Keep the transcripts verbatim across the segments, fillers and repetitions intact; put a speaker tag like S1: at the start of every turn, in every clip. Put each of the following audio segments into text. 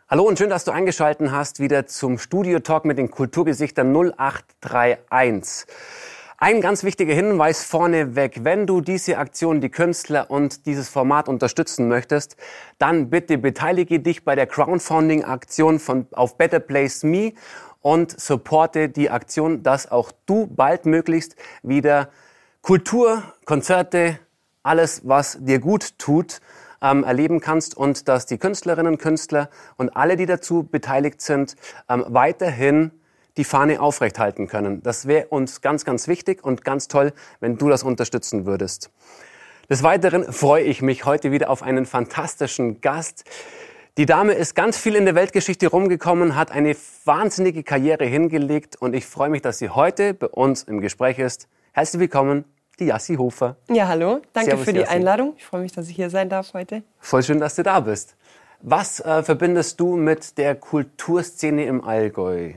S1: Hallo und schön, dass du eingeschaltet hast, wieder zum Studio-Talk mit den Kulturgesichtern null acht drei eins. Ein ganz wichtiger Hinweis vorneweg: Wenn du diese Aktion, die Künstler und dieses Format unterstützen möchtest, dann bitte beteilige dich bei der Crowdfunding-Aktion von auf Better Place Me und supporte die Aktion, dass auch du baldmöglichst wieder Kultur, Konzerte, alles, was dir gut tut, ähm, erleben kannst und dass die Künstlerinnen und Künstler und alle, die dazu beteiligt sind, ähm, weiterhin die Fahne aufrechthalten können. Das wäre uns ganz, ganz wichtig und ganz toll, wenn du das unterstützen würdest. Des Weiteren freue ich mich heute wieder auf einen fantastischen Gast. Die Dame ist ganz viel in der Weltgeschichte rumgekommen, hat eine wahnsinnige Karriere hingelegt und ich freue mich, dass sie heute bei uns im Gespräch ist. Herzlich willkommen, die Jassi Hofer.
S2: Ja, hallo. Danke
S1: Servus,
S2: für die
S1: Jassi.
S2: Einladung. Ich freue mich, dass ich hier sein darf heute.
S1: Voll schön, dass du da bist. Was äh, verbindest du mit der Kulturszene im Allgäu?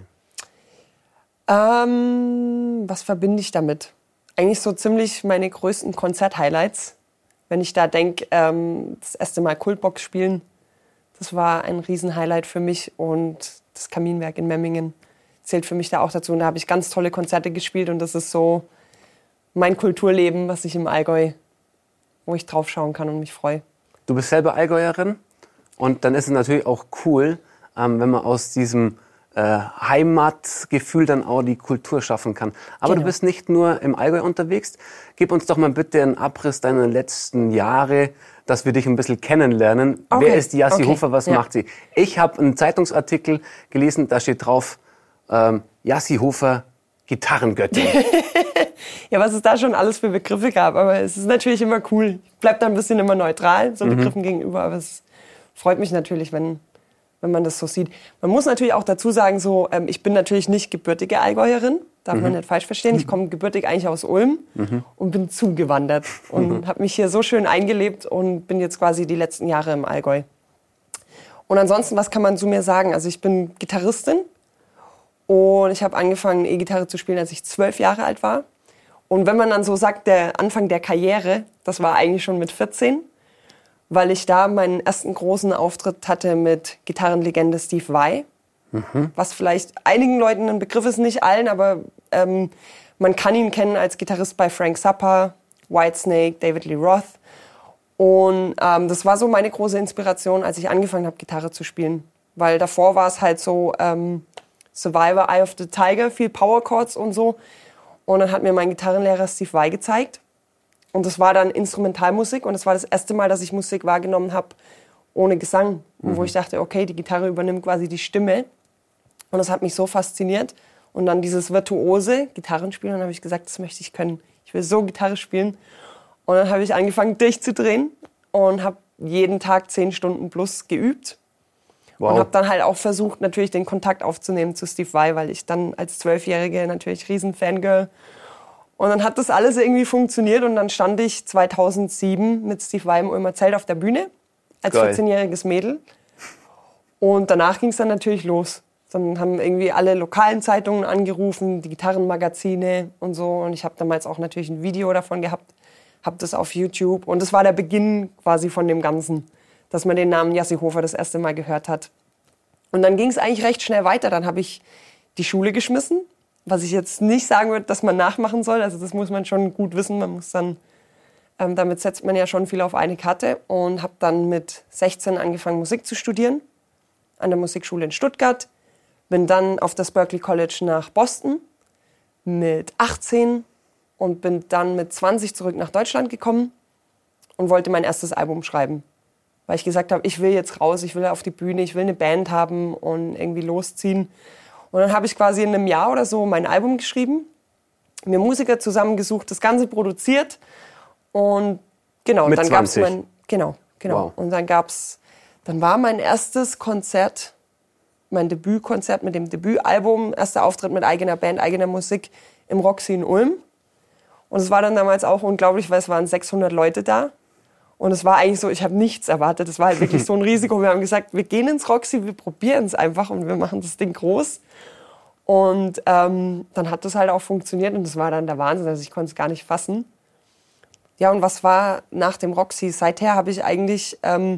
S2: Ähm, was verbinde ich damit? Eigentlich so ziemlich meine größten Konzert-Highlights. Wenn ich da denke, ähm, das erste Mal Kultbox spielen, das war ein Riesen-Highlight für mich. Und das Kaminwerk in Memmingen zählt für mich da auch dazu. Und da habe ich ganz tolle Konzerte gespielt. Und das ist so mein Kulturleben, was ich im Allgäu, wo ich drauf schauen kann und mich freue.
S1: Du bist selber Allgäuerin und dann ist es natürlich auch cool, ähm, wenn man aus diesem äh, Heimatgefühl dann auch die Kultur schaffen kann. Aber
S2: Genau.
S1: Du bist nicht nur im Allgäu unterwegs. Gib uns doch mal bitte einen Abriss deiner letzten Jahre, dass wir dich ein bisschen kennenlernen.
S2: Okay.
S1: Wer ist die Jassi
S2: Okay.
S1: Hofer, was
S2: Ja.
S1: macht sie? Ich habe einen Zeitungsartikel gelesen, da steht drauf, ähm, Jassi Hofer, Gitarrengöttin.
S2: Ja, was es da schon alles für Begriffe gab. Aber es ist natürlich immer cool. Ich bleib da ein bisschen immer neutral, so Begriffen gegenüber. Aber es freut mich natürlich, wenn, wenn man das so sieht. Man muss natürlich auch dazu sagen, so, ähm, ich bin natürlich nicht gebürtige Allgäuerin. Darf man nicht falsch verstehen. Ich komme gebürtig eigentlich aus Ulm und bin zugewandert. Und habe mich hier so schön eingelebt und bin jetzt quasi die letzten Jahre im Allgäu. Und ansonsten, was kann man zu mir sagen? Also ich bin Gitarristin. Und ich habe angefangen, E-Gitarre zu spielen, als ich zwölf Jahre alt war. Und wenn man dann so sagt, der Anfang der Karriere, das war eigentlich schon mit vierzehn, weil ich da meinen ersten großen Auftritt hatte mit Gitarrenlegende Steve Vai. Mhm. Was vielleicht einigen Leuten ein Begriff ist, nicht allen, aber ähm, man kann ihn kennen als Gitarrist bei Frank Zappa, Whitesnake, David Lee Roth. Und ähm, das war so meine große Inspiration, als ich angefangen habe, Gitarre zu spielen. Weil davor war es halt so ähm, Survivor, Eye of the Tiger, viel Power Chords und so. Und dann hat mir mein Gitarrenlehrer Steve Vai gezeigt. Und das war dann Instrumentalmusik. Und das war das erste Mal, dass ich Musik wahrgenommen habe ohne Gesang. Mhm. Wo ich dachte, okay, die Gitarre übernimmt quasi die Stimme. Und das hat mich so fasziniert. Und dann dieses virtuose Gitarrenspielen. Und dann habe ich gesagt, das möchte ich können. Ich will so Gitarre spielen. Und dann habe ich angefangen durchzudrehen. Und habe jeden Tag zehn Stunden plus geübt. Wow. Und habe dann halt auch versucht, natürlich den Kontakt aufzunehmen zu Steve Vai, weil ich dann als Zwölfjährige natürlich riesen Fangirl. Und dann hat das alles irgendwie funktioniert und dann stand ich zweitausendsieben mit Steve Vai im Ulmer Zelt auf der Bühne als
S1: Geil.
S2: vierzehnjähriges Mädel. Und danach ging es dann natürlich los. Dann haben irgendwie alle lokalen Zeitungen angerufen, die Gitarrenmagazine und so. Und ich habe damals auch natürlich ein Video davon gehabt, habe das auf YouTube. Und das war der Beginn quasi von dem Ganzen, dass man den Namen Jassi Hofer das erste Mal gehört hat. Und dann ging es eigentlich recht schnell weiter. Dann habe ich die Schule geschmissen, was ich jetzt nicht sagen würde, dass man nachmachen soll. Also das muss man schon gut wissen. Man muss dann, ähm, damit setzt man ja schon viel auf eine Karte. Und habe dann mit sechzehn angefangen, Musik zu studieren an der Musikschule in Stuttgart. Bin dann auf das Berklee College nach Boston mit achtzehn und bin dann mit zwanzig zurück nach Deutschland gekommen und wollte mein erstes Album schreiben. Weil ich gesagt habe, ich will jetzt raus, ich will auf die Bühne, ich will eine Band haben und irgendwie losziehen. Und dann habe ich quasi in einem Jahr oder so mein Album geschrieben, mir Musiker zusammengesucht, das Ganze produziert. Und genau,
S1: Mit
S2: dann gab es
S1: zwanzig?
S2: mein, genau, genau.
S1: Wow.
S2: Und dann gab's, dann war mein erstes Konzert, mein Debütkonzert mit dem Debütalbum, erster Auftritt mit eigener Band, eigener Musik im Roxy in Ulm. Und es war dann damals auch unglaublich, weil es waren sechshundert Leute da. Und es war eigentlich so, ich habe nichts erwartet. Es war halt wirklich so ein Risiko. Wir haben gesagt, wir gehen ins Roxy, wir probieren es einfach und wir machen das Ding groß. Und ähm, dann hat das halt auch funktioniert und das war dann der Wahnsinn. Also ich konnte es gar nicht fassen. Ja, und was war nach dem Roxy? Seither habe ich eigentlich, ähm,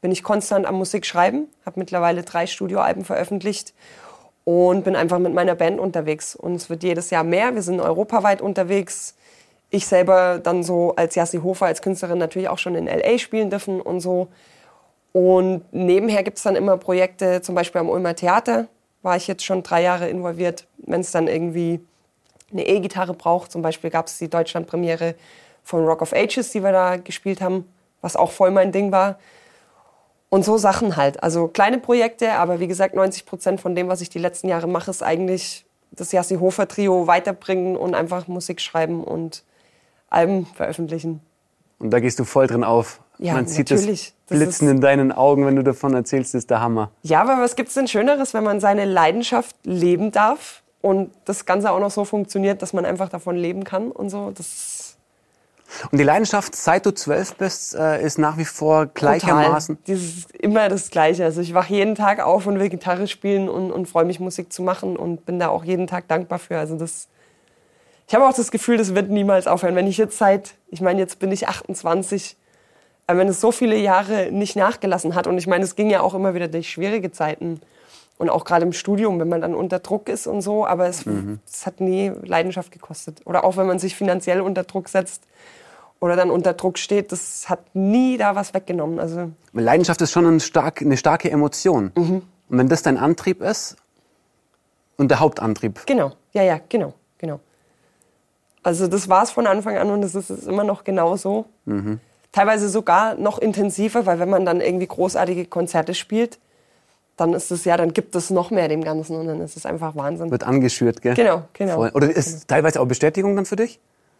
S2: bin ich konstant am Musik schreiben, habe mittlerweile drei Studioalben veröffentlicht und bin einfach mit meiner Band unterwegs. Und es wird jedes Jahr mehr, wir sind europaweit unterwegs. Ich selber dann so als Jassi Hofer, als Künstlerin natürlich auch schon in L A spielen dürfen und so. Und nebenher gibt es dann immer Projekte, zum Beispiel am Ulmer Theater war ich jetzt schon drei Jahre involviert, wenn es dann irgendwie eine E-Gitarre braucht. Zum Beispiel gab es die Deutschlandpremiere von Rock of Ages, die wir da gespielt haben, was auch voll mein Ding war. Und so Sachen halt. Also kleine Projekte, aber wie gesagt, neunzig Prozent von dem, was ich die letzten Jahre mache, ist eigentlich das Jassi Hofer Trio weiterbringen und einfach Musik schreiben und Alben veröffentlichen.
S1: Und da gehst du voll drin auf.
S2: Ja,
S1: Man sieht
S2: natürlich.
S1: das Blitzen in deinen Augen, wenn du davon erzählst, das ist der Hammer.
S2: Ja, aber was gibt's denn Schöneres, wenn man seine Leidenschaft leben darf und das Ganze auch noch so funktioniert, dass man einfach davon leben kann und so. Das
S1: und die Leidenschaft, seit du zwölf bist, ist nach wie vor gleichermaßen?
S2: Das ist immer das Gleiche. Also ich wache jeden Tag auf und will Gitarre spielen und, und freue mich, Musik zu machen und bin da auch jeden Tag dankbar für. Also das, ich habe auch das Gefühl, das wird niemals aufhören. Wenn ich jetzt seit, ich meine, jetzt bin ich achtundzwanzig, wenn es so viele Jahre nicht nachgelassen hat. Und ich meine, es ging ja auch immer wieder durch schwierige Zeiten. Und auch gerade im Studium, wenn man dann unter Druck ist und so. Aber es, mhm. es hat nie Leidenschaft gekostet. Oder auch wenn man sich finanziell unter Druck setzt oder dann unter Druck steht, das hat nie da was weggenommen. Also
S1: Leidenschaft ist schon ein stark, eine starke Emotion.
S2: Mhm.
S1: Und wenn das dein Antrieb ist und der Hauptantrieb.
S2: Genau, ja, ja, genau, genau. Also das war es von Anfang an und das ist es immer noch genau so. Mhm. Teilweise sogar noch intensiver, weil wenn man dann irgendwie großartige Konzerte spielt, dann ist es ja, dann gibt es noch mehr dem Ganzen und dann ist es einfach Wahnsinn.
S1: Wird angeschürt, gell?
S2: Genau, genau.
S1: Voll. Oder ist
S2: genau.
S1: teilweise auch Bestätigung dann für dich?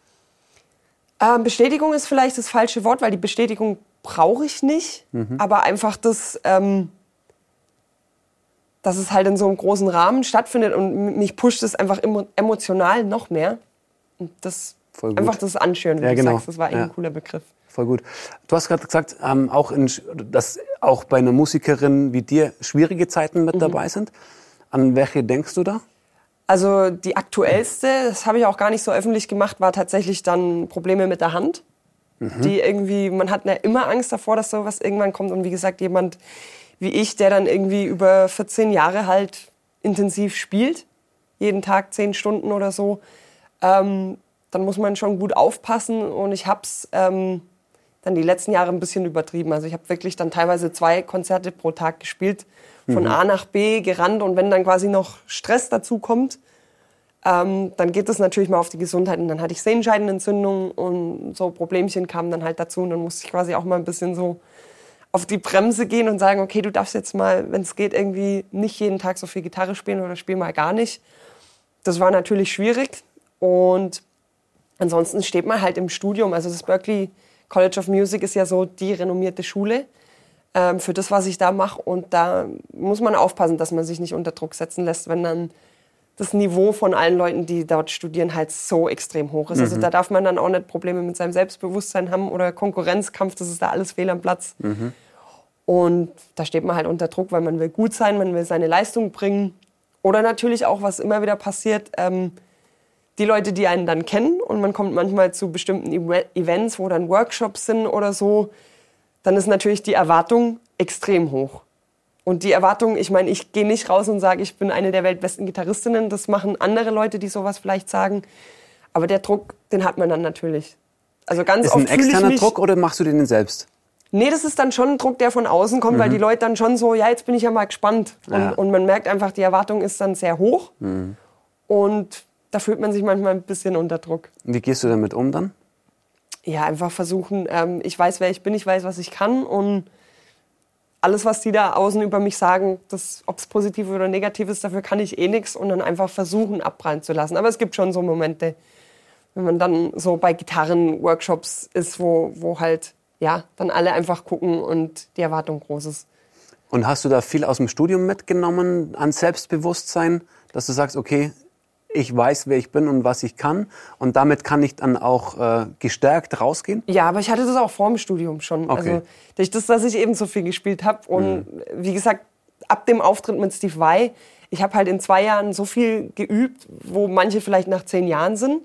S2: Ähm, Bestätigung ist vielleicht das falsche Wort, weil die Bestätigung brauche ich nicht. Mhm. Aber einfach das, ähm, dass es halt in so einem großen Rahmen stattfindet und mich pusht es einfach emo- emotional noch mehr. Und das einfach das Anschüren, wie
S1: ja,
S2: du
S1: genau.
S2: sagst, das war eigentlich
S1: ja.
S2: ein cooler Begriff.
S1: Voll gut. Du hast gerade gesagt, ähm, auch in, dass auch bei einer Musikerin wie dir schwierige Zeiten mit mhm. dabei sind. An welche denkst du da?
S2: Also die aktuellste, das habe ich auch gar nicht so öffentlich gemacht, war tatsächlich dann Probleme mit der Hand. Mhm. Die irgendwie, man hat ja immer Angst davor, dass sowas irgendwann kommt. Und wie gesagt, jemand wie ich, der dann irgendwie über vierzehn Jahre halt intensiv spielt, jeden Tag zehn Stunden oder so, ähm, dann muss man schon gut aufpassen. Und ich habe es ähm, dann die letzten Jahre ein bisschen übertrieben. Also ich habe wirklich dann teilweise zwei Konzerte pro Tag gespielt, von mhm. A nach B gerannt. Und wenn dann quasi noch Stress dazu kommt, ähm, dann geht es natürlich mal auf die Gesundheit. Und dann hatte ich Sehenscheidenentzündung und so Problemchen kamen dann halt dazu. Und dann musste ich quasi auch mal ein bisschen so auf die Bremse gehen und sagen, okay, du darfst jetzt mal, wenn es geht, irgendwie nicht jeden Tag so viel Gitarre spielen oder spiel mal gar nicht. Das war natürlich schwierig. Und ansonsten steht man halt im Studium. Also das Berklee College of Music ist ja so die renommierte Schule ähm, für das, was ich da mache. Und da muss man aufpassen, dass man sich nicht unter Druck setzen lässt, wenn dann das Niveau von allen Leuten, die dort studieren, halt so extrem hoch ist. Mhm. Also da darf man dann auch nicht Probleme mit seinem Selbstbewusstsein haben oder Konkurrenzkampf, das ist da alles fehl am Platz. Mhm. Und da steht man halt unter Druck, weil man will gut sein, man will seine Leistung bringen. Oder natürlich auch, was immer wieder passiert, ähm, die Leute, die einen dann kennen und man kommt manchmal zu bestimmten Events, wo dann Workshops sind oder so, dann ist natürlich die Erwartung extrem hoch. Und die Erwartung, ich meine, ich gehe nicht raus und sage, ich bin eine der weltbesten Gitarristinnen. Das machen andere Leute, die sowas vielleicht sagen. Aber der Druck, den hat man dann natürlich. Also ganz
S1: ist
S2: oft
S1: ein externer
S2: fühle ich mich,
S1: Druck oder machst du den selbst?
S2: Nee, das ist dann schon ein Druck, der von außen kommt, mhm. weil die Leute dann schon so, ja, jetzt bin ich ja mal gespannt. Und,
S1: ja.
S2: und man merkt einfach, die Erwartung ist dann sehr hoch. Mhm. Und da fühlt man sich manchmal ein bisschen unter Druck.
S1: Wie gehst du damit um dann?
S2: Ja, einfach versuchen, ähm, ich weiß, wer ich bin, ich weiß, was ich kann. Und alles, was die da außen über mich sagen, ob es positiv oder negativ ist, dafür kann ich eh nichts. Und dann einfach versuchen, abprallen zu lassen. Aber es gibt schon so Momente, wenn man dann so bei Gitarren-Workshops ist, wo, wo halt ja, dann alle einfach gucken und die Erwartung groß ist.
S1: Und hast du da viel aus dem Studium mitgenommen an Selbstbewusstsein, dass du sagst, okay, ich weiß, wer ich bin und was ich kann und damit kann ich dann auch äh, gestärkt rausgehen?
S2: Ja, aber ich hatte das auch vor dem Studium schon.
S1: Okay.
S2: Also durch das, dass ich eben so viel gespielt habe und mhm. wie gesagt, ab dem Auftritt mit Steve Vai, ich habe halt in zwei Jahren so viel geübt, wo manche vielleicht nach zehn Jahren sind.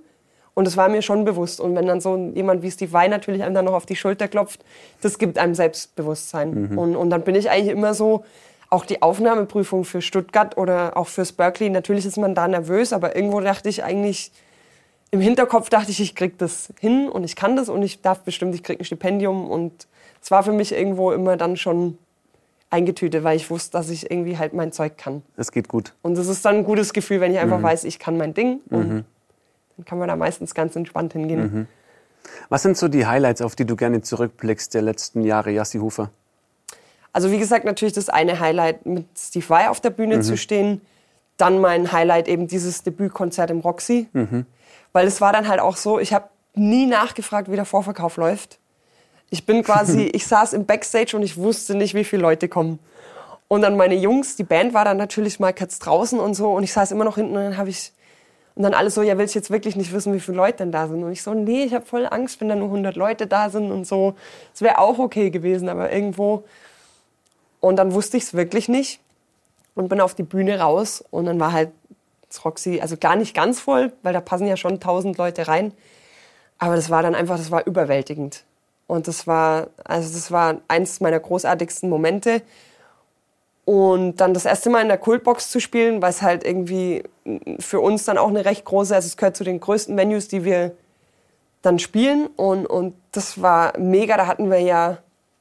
S2: Und das war mir schon bewusst. Und wenn dann so jemand wie Steve Vai natürlich einem dann noch auf die Schulter klopft, das gibt einem Selbstbewusstsein. Mhm. Und, und dann bin ich eigentlich immer so, auch die Aufnahmeprüfung für Stuttgart oder auch fürs Berklee, natürlich ist man da nervös, aber irgendwo dachte ich eigentlich, im Hinterkopf dachte ich, ich krieg das hin und ich kann das und ich darf bestimmt, ich krieg ein Stipendium. Und es war für mich irgendwo immer dann schon eingetütet, weil ich wusste, dass ich irgendwie halt mein Zeug kann.
S1: Es geht gut.
S2: Und das ist dann ein gutes Gefühl, wenn ich einfach
S1: mhm.
S2: weiß, ich kann mein Ding. Und
S1: mhm.
S2: dann kann man da meistens ganz entspannt hingehen.
S1: Mhm. Was sind so die Highlights, auf die du gerne zurückblickst der letzten Jahre, Jassi Hofer?
S2: Also wie gesagt, natürlich das eine Highlight, mit Steve Vai auf der Bühne
S1: mhm.
S2: zu stehen. Dann mein Highlight eben dieses Debütkonzert im Roxy.
S1: Mhm.
S2: Weil es war dann halt auch so, ich habe nie nachgefragt, wie der Vorverkauf läuft. Ich bin quasi, ich saß im Backstage und ich wusste nicht, wie viele Leute kommen. Und dann meine Jungs, die Band war dann natürlich mal kurz draußen und so. Und ich saß immer noch hinten und dann habe ich, und dann alle so, ja, will ich jetzt wirklich nicht wissen, wie viele Leute denn da sind? Und ich so, nee, ich habe voll Angst, wenn da nur hundert Leute da sind und so. Das wäre auch okay gewesen, aber irgendwo. Und dann wusste ich es wirklich nicht und bin auf die Bühne raus. Und dann war halt das Roxy, also gar nicht ganz voll, weil da passen ja schon tausend Leute rein. Aber das war dann einfach, das war überwältigend. Und das war, also das war eins meiner großartigsten Momente. Und dann das erste Mal in der Kultbox zu spielen, weil es halt irgendwie für uns dann auch eine recht große, also es gehört zu den größten Venues, die wir dann spielen. Und, und das war mega, da hatten wir ja,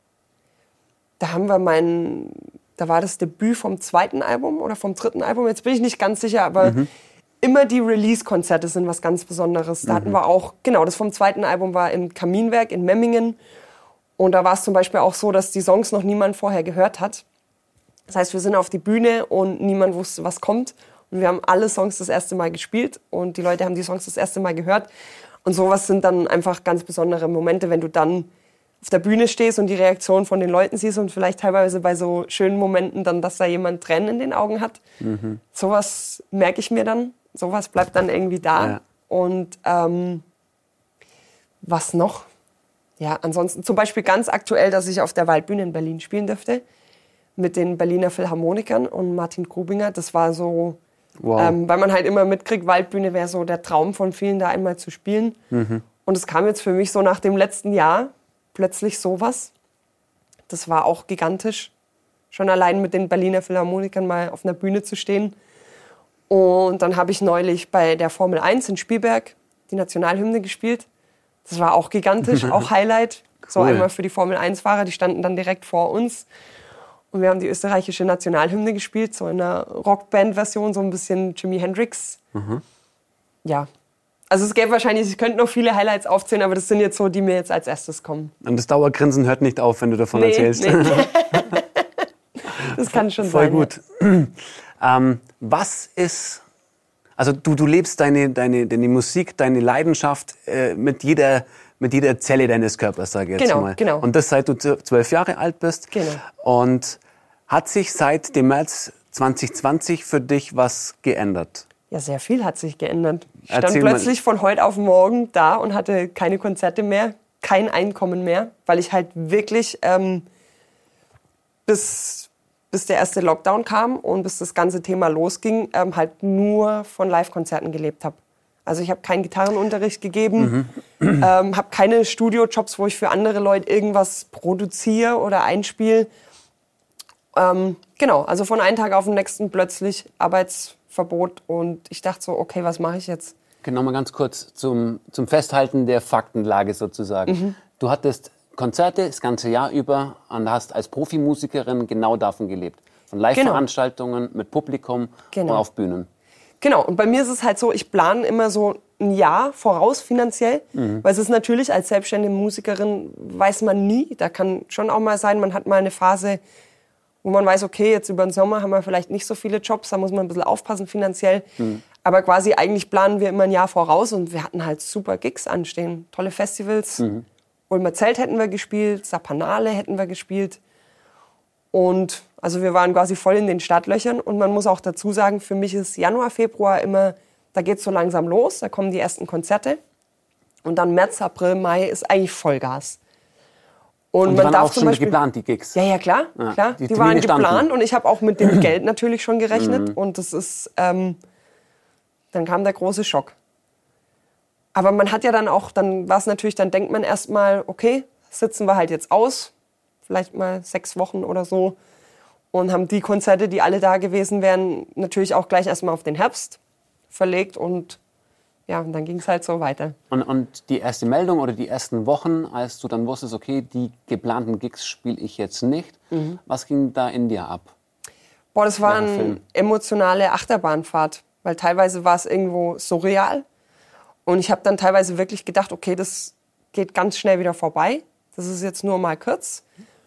S2: da haben wir meinen, da war das Debüt vom zweiten Album oder vom dritten Album, jetzt bin ich nicht ganz sicher, aber mhm. immer die Release-Konzerte sind was ganz Besonderes. Da mhm. hatten wir auch, genau, das vom zweiten Album war im Kaminwerk in Memmingen. Und da war es zum Beispiel auch so, dass die Songs noch niemand vorher gehört hat. Das heißt, wir sind auf die Bühne und niemand wusste, was kommt. Und wir haben alle Songs das erste Mal gespielt und die Leute haben die Songs das erste Mal gehört. Und sowas sind dann einfach ganz besondere Momente, wenn du dann auf der Bühne stehst und die Reaktion von den Leuten siehst und vielleicht teilweise bei so schönen Momenten dann, dass da jemand Tränen in den Augen hat. Mhm. Sowas merke ich mir dann. Sowas bleibt dann irgendwie da. Ja. Und ähm, was noch? Ja, ansonsten zum Beispiel ganz aktuell, dass ich auf der Waldbühne in Berlin spielen durfte mit den Berliner Philharmonikern und Martin Grubinger. Das war so, wow. ähm, weil man halt immer mitkriegt, Waldbühne wäre so der Traum von vielen, da einmal zu spielen. Mhm. Und es kam jetzt für mich so nach dem letzten Jahr plötzlich sowas. Das war auch gigantisch. Schon allein mit den Berliner Philharmonikern mal auf einer Bühne zu stehen. Und dann habe ich neulich bei der Formel eins in Spielberg die Nationalhymne gespielt. Das war auch gigantisch, auch Highlight. Cool. So einmal für die Formel eins Fahrer, die standen dann direkt vor uns. Und wir haben die österreichische Nationalhymne gespielt, so in einer Rockband-Version, so ein bisschen Jimi Hendrix. Mhm. Ja, also es gäbe wahrscheinlich, ich könnte noch viele Highlights aufzählen, aber das sind jetzt so, die mir jetzt als erstes kommen.
S1: Und das Dauergrinsen hört nicht auf, wenn du davon
S2: nee,
S1: erzählst.
S2: Nee. Das kann schon
S1: Voll
S2: sein.
S1: Voll gut. Ja. Ähm, was ist, also du, du lebst deine, deine, deine Musik, deine Leidenschaft äh, mit jeder... mit jeder Zelle deines Körpers, sage ich jetzt
S2: genau,
S1: mal.
S2: Genau.
S1: Und das seit du zwölf Jahre alt bist.
S2: Genau.
S1: Und hat sich seit dem März zwanzig zwanzig für dich was geändert?
S2: Ja, sehr viel hat sich geändert. Ich stand
S1: Erzähl
S2: plötzlich
S1: mal.
S2: von heute auf morgen da und hatte keine Konzerte mehr, kein Einkommen mehr, weil ich halt wirklich ähm, bis, bis der erste Lockdown kam und bis das ganze Thema losging, ähm, halt nur von Live-Konzerten gelebt habe. Also ich habe keinen Gitarrenunterricht gegeben, mhm. ähm, habe keine Studiojobs, wo ich für andere Leute irgendwas produziere oder einspiele. Ähm, genau, also von einem Tag auf den nächsten plötzlich Arbeitsverbot und ich dachte so, okay, was mache ich jetzt?
S1: Genau, mal ganz kurz zum, zum Festhalten der Faktenlage sozusagen. Mhm. Du hattest Konzerte das ganze Jahr über und hast als Profimusikerin genau davon gelebt. Von Live-Veranstaltungen genau. mit Publikum genau. und auf Bühnen.
S2: Genau, und bei mir ist es halt so, ich plane immer so ein Jahr voraus finanziell, mhm. weil es ist natürlich als selbstständige Musikerin, weiß man nie, da kann schon auch mal sein, man hat mal eine Phase, wo man weiß, okay, jetzt über den Sommer haben wir vielleicht nicht so viele Jobs, da muss man ein bisschen aufpassen finanziell, mhm. aber quasi eigentlich planen wir immer ein Jahr voraus und wir hatten halt super Gigs anstehen, tolle Festivals, mhm. Ulmer Zelt hätten wir gespielt, Sapanale hätten wir gespielt. Und also wir waren quasi voll in den Startlöchern und man muss auch dazu sagen, für mich ist Januar, Februar immer, da geht es so langsam los, da kommen die ersten Konzerte und dann März, April, Mai ist eigentlich Vollgas.
S1: Und, und die man waren darf auch schon Beispiel, geplant, die Gigs?
S2: Ja, ja, klar, ja, klar. Die, die waren geplant standen. Und ich habe auch mit dem Geld natürlich schon gerechnet und das ist, ähm, dann kam der große Schock. Aber man hat ja dann auch, dann war es natürlich, dann denkt man erstmal, okay, sitzen wir halt jetzt aus, vielleicht mal sechs Wochen oder so. Und haben die Konzerte, die alle da gewesen wären, natürlich auch gleich erstmal auf den Herbst verlegt. Und ja, und dann ging es halt so weiter.
S1: Und, und die erste Meldung oder die ersten Wochen, als du dann wusstest, okay, die geplanten Gigs spiele ich jetzt nicht, mhm. was ging da in dir ab?
S2: Boah, das war eine emotionale Achterbahnfahrt. Weil teilweise war es irgendwo surreal. Und ich habe dann teilweise wirklich gedacht, okay, das geht ganz schnell wieder vorbei. Das ist jetzt nur mal kurz.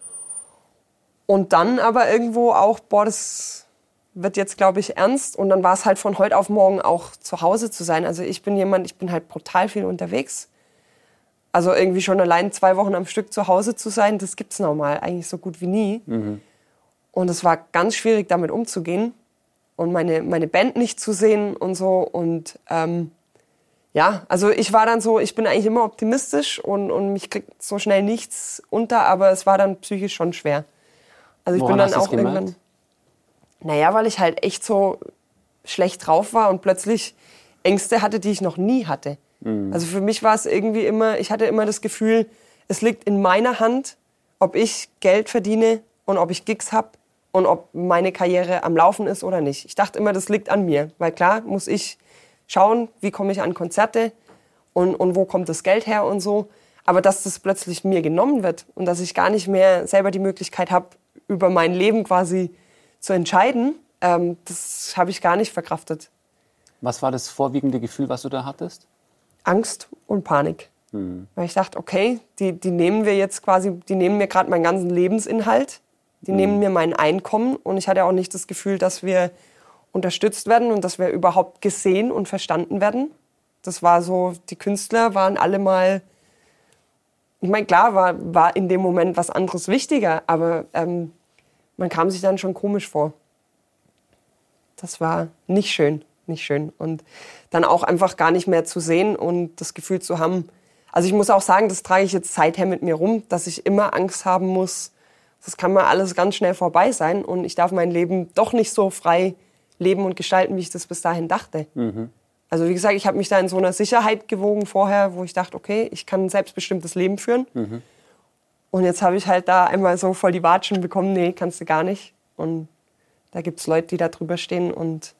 S2: Und dann aber irgendwo auch, boah, das wird jetzt, glaube ich, ernst. Und dann war es halt von heute auf morgen auch zu Hause zu sein. Also ich bin jemand, ich bin halt brutal viel unterwegs. Also irgendwie schon allein zwei Wochen am Stück zu Hause zu sein, das gibt's normal eigentlich so gut wie nie. Mhm. Und es war ganz schwierig, damit umzugehen. Und meine, meine Band nicht zu sehen und so. Und ähm, ja, also ich war dann so, ich bin eigentlich immer optimistisch und, und mich kriegt so schnell nichts unter. Aber es war dann psychisch schon schwer. Also ich
S1: Woran
S2: bin dann
S1: hast
S2: auch
S1: du's gemerkt?
S2: irgendwann, naja, weil ich halt echt so schlecht drauf war und plötzlich Ängste hatte, die ich noch nie hatte. Mhm. Also für mich war es irgendwie immer, ich hatte immer das Gefühl, es liegt in meiner Hand, ob ich Geld verdiene und ob ich Gigs habe und ob meine Karriere am Laufen ist oder nicht. Ich dachte immer, das liegt an mir, weil klar muss ich schauen, wie komme ich an Konzerte und, und wo kommt das Geld her und so. Aber dass das plötzlich mir genommen wird und dass ich gar nicht mehr selber die Möglichkeit habe, über mein Leben quasi zu entscheiden, ähm, das habe ich gar nicht verkraftet.
S1: Was war das vorwiegende Gefühl, was du da hattest?
S2: Angst und Panik. Hm. Weil ich dachte, okay, die, die nehmen wir jetzt quasi, die nehmen mir gerade meinen ganzen Lebensinhalt, die hm. nehmen mir mein Einkommen und ich hatte auch nicht das Gefühl, dass wir unterstützt werden und dass wir überhaupt gesehen und verstanden werden. Das war so, die Künstler waren alle mal, ich meine, klar war, war in dem Moment was anderes wichtiger, aber ähm, man kam sich dann schon komisch vor. Das war nicht schön, nicht schön. Und dann auch einfach gar nicht mehr zu sehen und das Gefühl zu haben, also ich muss auch sagen, das trage ich jetzt seither mit mir rum, dass ich immer Angst haben muss, das kann mal alles ganz schnell vorbei sein und ich darf mein Leben doch nicht so frei leben und gestalten, wie ich das bis dahin dachte. Mhm. Also wie gesagt, ich habe mich da in so einer Sicherheit gewogen vorher, wo ich dachte, okay, ich kann ein selbstbestimmtes Leben führen. Mhm. Und jetzt habe ich halt da einmal so voll die Watschen bekommen, nee, kannst du gar nicht. Und da gibt es Leute, die da drüber stehen und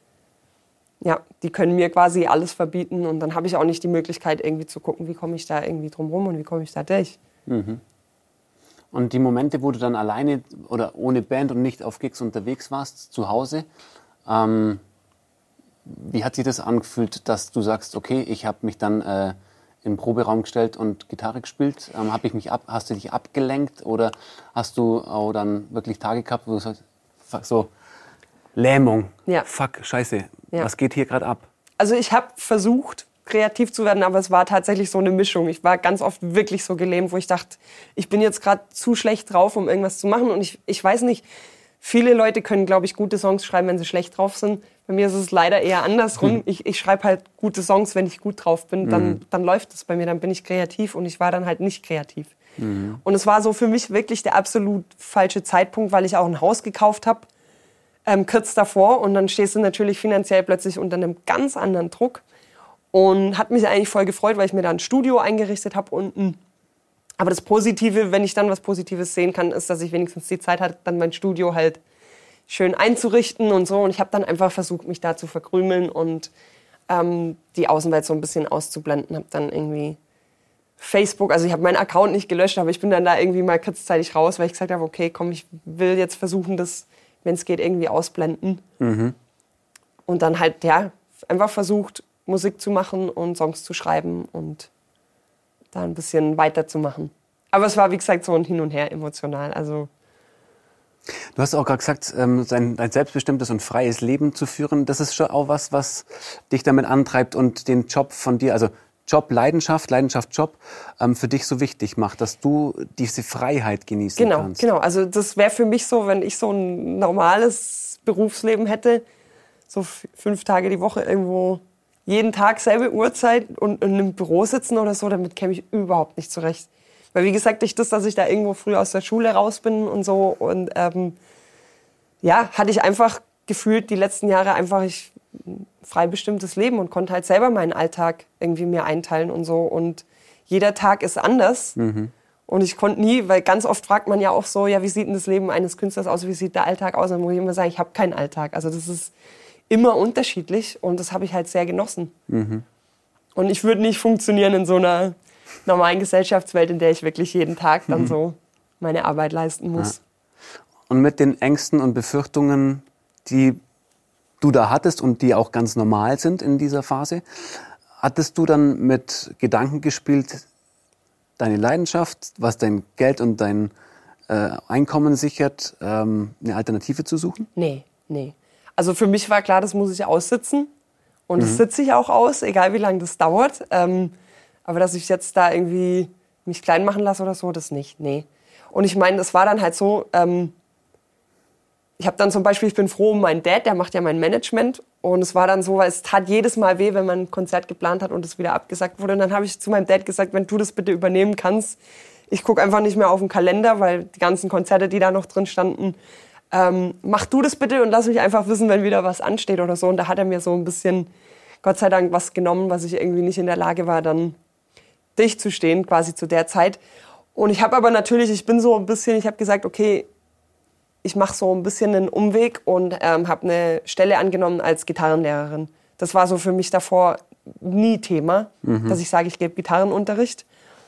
S2: ja, die können mir quasi alles verbieten. Und dann habe ich auch nicht die Möglichkeit, irgendwie zu gucken, wie komme ich da irgendwie drum rum und wie komme ich da durch.
S1: Mhm. Und die Momente, wo du dann alleine oder ohne Band und nicht auf Gigs unterwegs warst, zu Hause, ähm, wie hat sich das angefühlt, dass du sagst, okay, ich habe mich dann äh, im Proberaum gestellt und Gitarre gespielt? Ähm, hab ich mich ab, hast du dich abgelenkt oder hast du auch dann wirklich Tage gehabt, wo du sagst, fuck, so Lähmung,
S2: ja.
S1: fuck, scheiße,
S2: ja.
S1: was geht hier gerade ab?
S2: Also ich habe versucht, kreativ zu werden, aber es war tatsächlich so eine Mischung. Ich war ganz oft wirklich so gelähmt, wo ich dachte, ich bin jetzt gerade zu schlecht drauf, um irgendwas zu machen. Und ich, ich weiß nicht, viele Leute können, glaube ich, gute Songs schreiben, wenn sie schlecht drauf sind. Bei mir ist es leider eher andersrum. Mhm. Ich, ich schreibe halt gute Songs, wenn ich gut drauf bin. Dann, mhm. dann läuft es bei mir, dann bin ich kreativ und ich war dann halt nicht kreativ. Mhm. Und es war so für mich wirklich der absolut falsche Zeitpunkt, weil ich auch ein Haus gekauft habe, ähm, kurz davor. Und dann stehst du natürlich finanziell plötzlich unter einem ganz anderen Druck. Und hat mich eigentlich voll gefreut, weil ich mir da ein Studio eingerichtet habe unten. Aber das Positive, wenn ich dann was Positives sehen kann, ist, dass ich wenigstens die Zeit hatte, dann mein Studio halt schön einzurichten und so. Und ich habe dann einfach versucht, mich da zu verkrümeln und ähm, die Außenwelt so ein bisschen auszublenden. Habe dann irgendwie Facebook, also ich habe meinen Account nicht gelöscht, aber ich bin dann da irgendwie mal kurzzeitig raus, weil ich gesagt habe, okay, komm, ich will jetzt versuchen, das, wenn es geht, irgendwie ausblenden. Mhm. Und dann halt, ja, einfach versucht, Musik zu machen und Songs zu schreiben und da ein bisschen weiterzumachen. Aber es war, wie gesagt, so ein Hin und Her emotional. Also
S1: du hast auch gerade gesagt, ähm, ein, ein selbstbestimmtes und freies Leben zu führen. Das ist schon auch was, was dich damit antreibt und den Job von dir, also Job, Leidenschaft, Leidenschaft, Job, ähm, für dich so wichtig macht, dass du diese Freiheit genießen
S2: genau,
S1: kannst.
S2: Genau, also das wäre für mich so, wenn ich so ein normales Berufsleben hätte, so f- fünf Tage die Woche irgendwo, jeden Tag selbe Uhrzeit und in einem Büro sitzen oder so, damit käme ich überhaupt nicht zurecht. Weil wie gesagt, durch das, dass ich da irgendwo früh aus der Schule raus bin und so und ähm, ja, hatte ich einfach gefühlt die letzten Jahre einfach, ich ein frei bestimmtes Leben und konnte halt selber meinen Alltag irgendwie mir einteilen und so. Und jeder Tag ist anders. Mhm. Und ich konnte nie, weil ganz oft fragt man ja auch so, ja, wie sieht denn das Leben eines Künstlers aus, wie sieht der Alltag aus? Und dann muss ich immer sagen, ich habe keinen Alltag. Also das ist immer unterschiedlich und das habe ich halt sehr genossen. Mhm. Und ich würde nicht funktionieren in so einer normalen Gesellschaftswelt, in der ich wirklich jeden Tag dann mhm. so meine Arbeit leisten muss.
S1: Ja. Und mit den Ängsten und Befürchtungen, die du da hattest und die auch ganz normal sind in dieser Phase, hattest du dann mit Gedanken gespielt, deine Leidenschaft, was dein Geld und dein äh, Einkommen sichert, ähm, eine Alternative zu suchen?
S2: Nee, nee. Also für mich war klar, das muss ich aussitzen. Und mhm. das sitze ich auch aus, egal wie lange das dauert. Ähm, aber dass ich jetzt da irgendwie mich klein machen lasse oder so, das nicht, nee. Und ich meine, das war dann halt so, ähm, ich habe dann zum Beispiel, ich bin froh um meinen Dad, der macht ja mein Management. Und es war dann so, weil es tat jedes Mal weh, wenn man ein Konzert geplant hat und es wieder abgesagt wurde. Und dann habe ich zu meinem Dad gesagt, wenn du das bitte übernehmen kannst, ich gucke einfach nicht mehr auf den Kalender, weil die ganzen Konzerte, die da noch drin standen, ähm, mach du das bitte und lass mich einfach wissen, wenn wieder was ansteht oder so. Und da hat er mir so ein bisschen, Gott sei Dank, was genommen, was ich irgendwie nicht in der Lage war, dann durchzustehen, quasi zu der Zeit. Und ich habe aber natürlich, ich bin so ein bisschen, ich habe gesagt, okay, ich mache so ein bisschen einen Umweg und ähm, habe eine Stelle angenommen als Gitarrenlehrerin. Das war so für mich davor nie Thema, mhm. dass ich sage, ich gebe Gitarrenunterricht.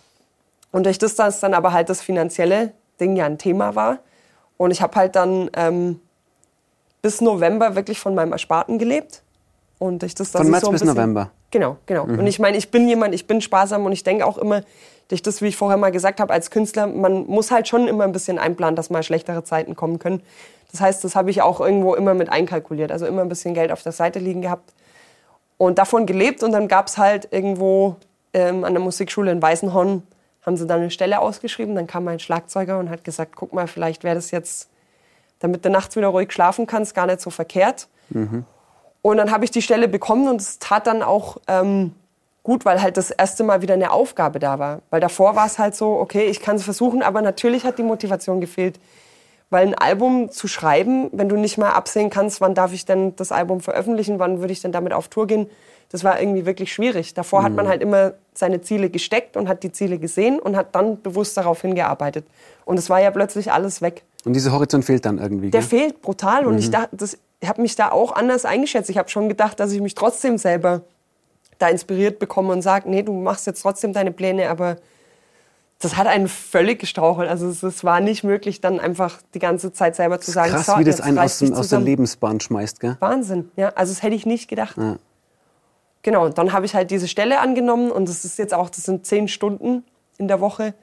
S2: Und durch das, dass dann aber halt das finanzielle Ding ja ein Thema war. Und ich habe halt dann ähm, bis November wirklich von meinem Ersparten gelebt. Und durch das, dass
S1: von
S2: ich
S1: März
S2: so ein
S1: bis
S2: bisschen,
S1: November?
S2: Genau, genau. Mhm. Und ich meine, ich bin jemand, ich bin sparsam und ich denke auch immer, durch das, wie ich vorher mal gesagt habe, als Künstler, man muss halt schon immer ein bisschen einplanen, dass mal schlechtere Zeiten kommen können. Das heißt, das habe ich auch irgendwo immer mit einkalkuliert. Also immer ein bisschen Geld auf der Seite liegen gehabt und davon gelebt. Und dann gab es halt irgendwo ähm, an der Musikschule in Weißenhorn, haben sie dann eine Stelle ausgeschrieben. Dann kam mein Schlagzeuger und hat gesagt, guck mal, vielleicht wäre das jetzt, damit du nachts wieder ruhig schlafen kannst, gar nicht so verkehrt. Mhm. Und dann habe ich die Stelle bekommen und es tat dann auch ähm, gut, weil halt das erste Mal wieder eine Aufgabe da war. Weil davor war es halt so, okay, ich kann es versuchen, aber natürlich hat die Motivation gefehlt. Weil ein Album zu schreiben, wenn du nicht mal absehen kannst, wann darf ich denn das Album veröffentlichen, wann würde ich denn damit auf Tour gehen, das war irgendwie wirklich schwierig. Davor mhm. hat man halt immer seine Ziele gesteckt und hat die Ziele gesehen und hat dann bewusst darauf hingearbeitet. Und es war ja plötzlich alles weg.
S1: Und dieser Horizont fehlt dann irgendwie,
S2: Der
S1: gell?
S2: fehlt brutal. Und
S1: Mhm.
S2: ich dachte, das, ich habe mich da auch anders eingeschätzt. Ich habe schon gedacht, dass ich mich trotzdem selber da inspiriert bekomme und sage, nee, du machst jetzt trotzdem deine Pläne, aber das hat einen völlig gestrauchelt. Also es, es war nicht möglich, dann einfach die ganze Zeit selber zu sagen,
S1: krass,
S2: so,
S1: wie das
S2: jetzt
S1: einen
S2: reiß
S1: aus,
S2: dich
S1: dem, aus der
S2: zusammen.
S1: Lebensbahn schmeißt, gell?
S2: Wahnsinn, ja. Also das hätte ich nicht gedacht.
S1: Ja.
S2: Genau, und dann habe ich halt diese Stelle angenommen und das ist jetzt auch, das sind zehn Stunden in der Woche.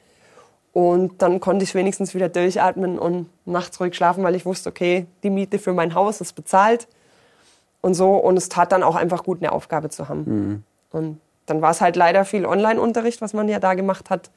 S2: Und dann konnte ich wenigstens wieder durchatmen und nachts ruhig schlafen, weil ich wusste, okay, die Miete für mein Haus ist bezahlt und so. Und es tat dann auch einfach gut, eine Aufgabe zu haben. Mhm. Und dann war es halt leider viel Online-Unterricht, was man ja da gemacht hat.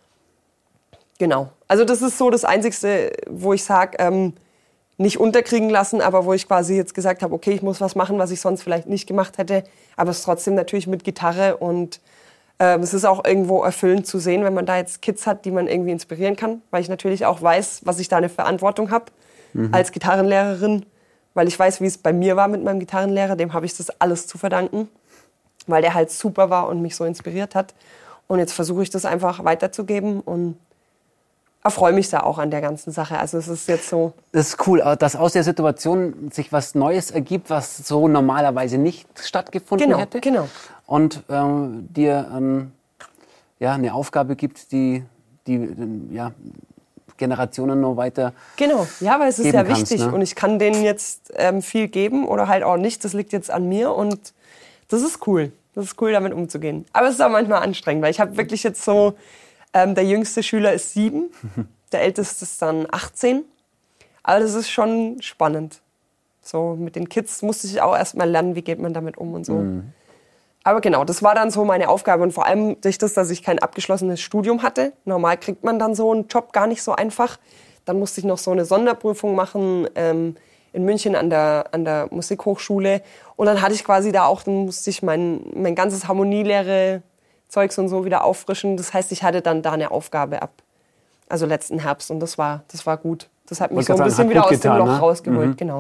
S2: Genau. Also das ist so das Einzige, wo ich sage, ähm, nicht unterkriegen lassen, aber wo ich quasi jetzt gesagt habe, okay, ich muss was machen, was ich sonst vielleicht nicht gemacht hätte. Aber es ist trotzdem natürlich mit Gitarre und äh, es ist auch irgendwo erfüllend zu sehen, wenn man da jetzt Kids hat, die man irgendwie inspirieren kann. Weil ich natürlich auch weiß, was ich da eine Verantwortung habe mhm. als Gitarrenlehrerin. Weil ich weiß, wie es bei mir war mit meinem Gitarrenlehrer. Dem habe ich das alles zu verdanken. Weil der halt super war und mich so inspiriert hat. Und jetzt versuche ich das einfach weiterzugeben und erfreue mich da auch an der ganzen Sache. Also es ist jetzt so...
S1: Das ist cool, dass aus der Situation sich was Neues ergibt, was so normalerweise nicht stattgefunden
S2: genau,
S1: hätte.
S2: Genau,
S1: Und ähm, dir ähm, ja, eine Aufgabe gibt, die, die ja, Generationen noch weiter
S2: Genau, ja, weil es ist ja
S1: kannst,
S2: wichtig.
S1: Ne?
S2: Und ich kann denen jetzt ähm, viel geben oder halt auch nicht. Das liegt jetzt an mir und das ist cool. Das ist cool, damit umzugehen. Aber es ist auch manchmal anstrengend, weil ich habe wirklich jetzt so... Ähm, der jüngste Schüler ist sieben, der älteste ist dann achtzehn. Aber das ist schon spannend. So mit den Kids musste ich auch erst mal lernen, wie geht man damit um und so. Mhm. Aber genau, das war dann so meine Aufgabe. Und vor allem durch das, dass ich kein abgeschlossenes Studium hatte. Normal kriegt man dann so einen Job gar nicht so einfach. Dann musste ich noch so eine Sonderprüfung machen ähm, in München an der, an der Musikhochschule. Und dann hatte ich quasi da auch, dann musste ich mein, mein ganzes Harmonielehre Zeugs und so wieder auffrischen. Das heißt, ich hatte dann da eine Aufgabe ab, also letzten Herbst. Und das war, das war gut. Das hat mich so ein
S1: sagen,
S2: bisschen
S1: hat
S2: wieder
S1: gut
S2: aus
S1: getan,
S2: dem Loch
S1: ne?
S2: rausgeholt.
S1: Mhm.
S2: Genau.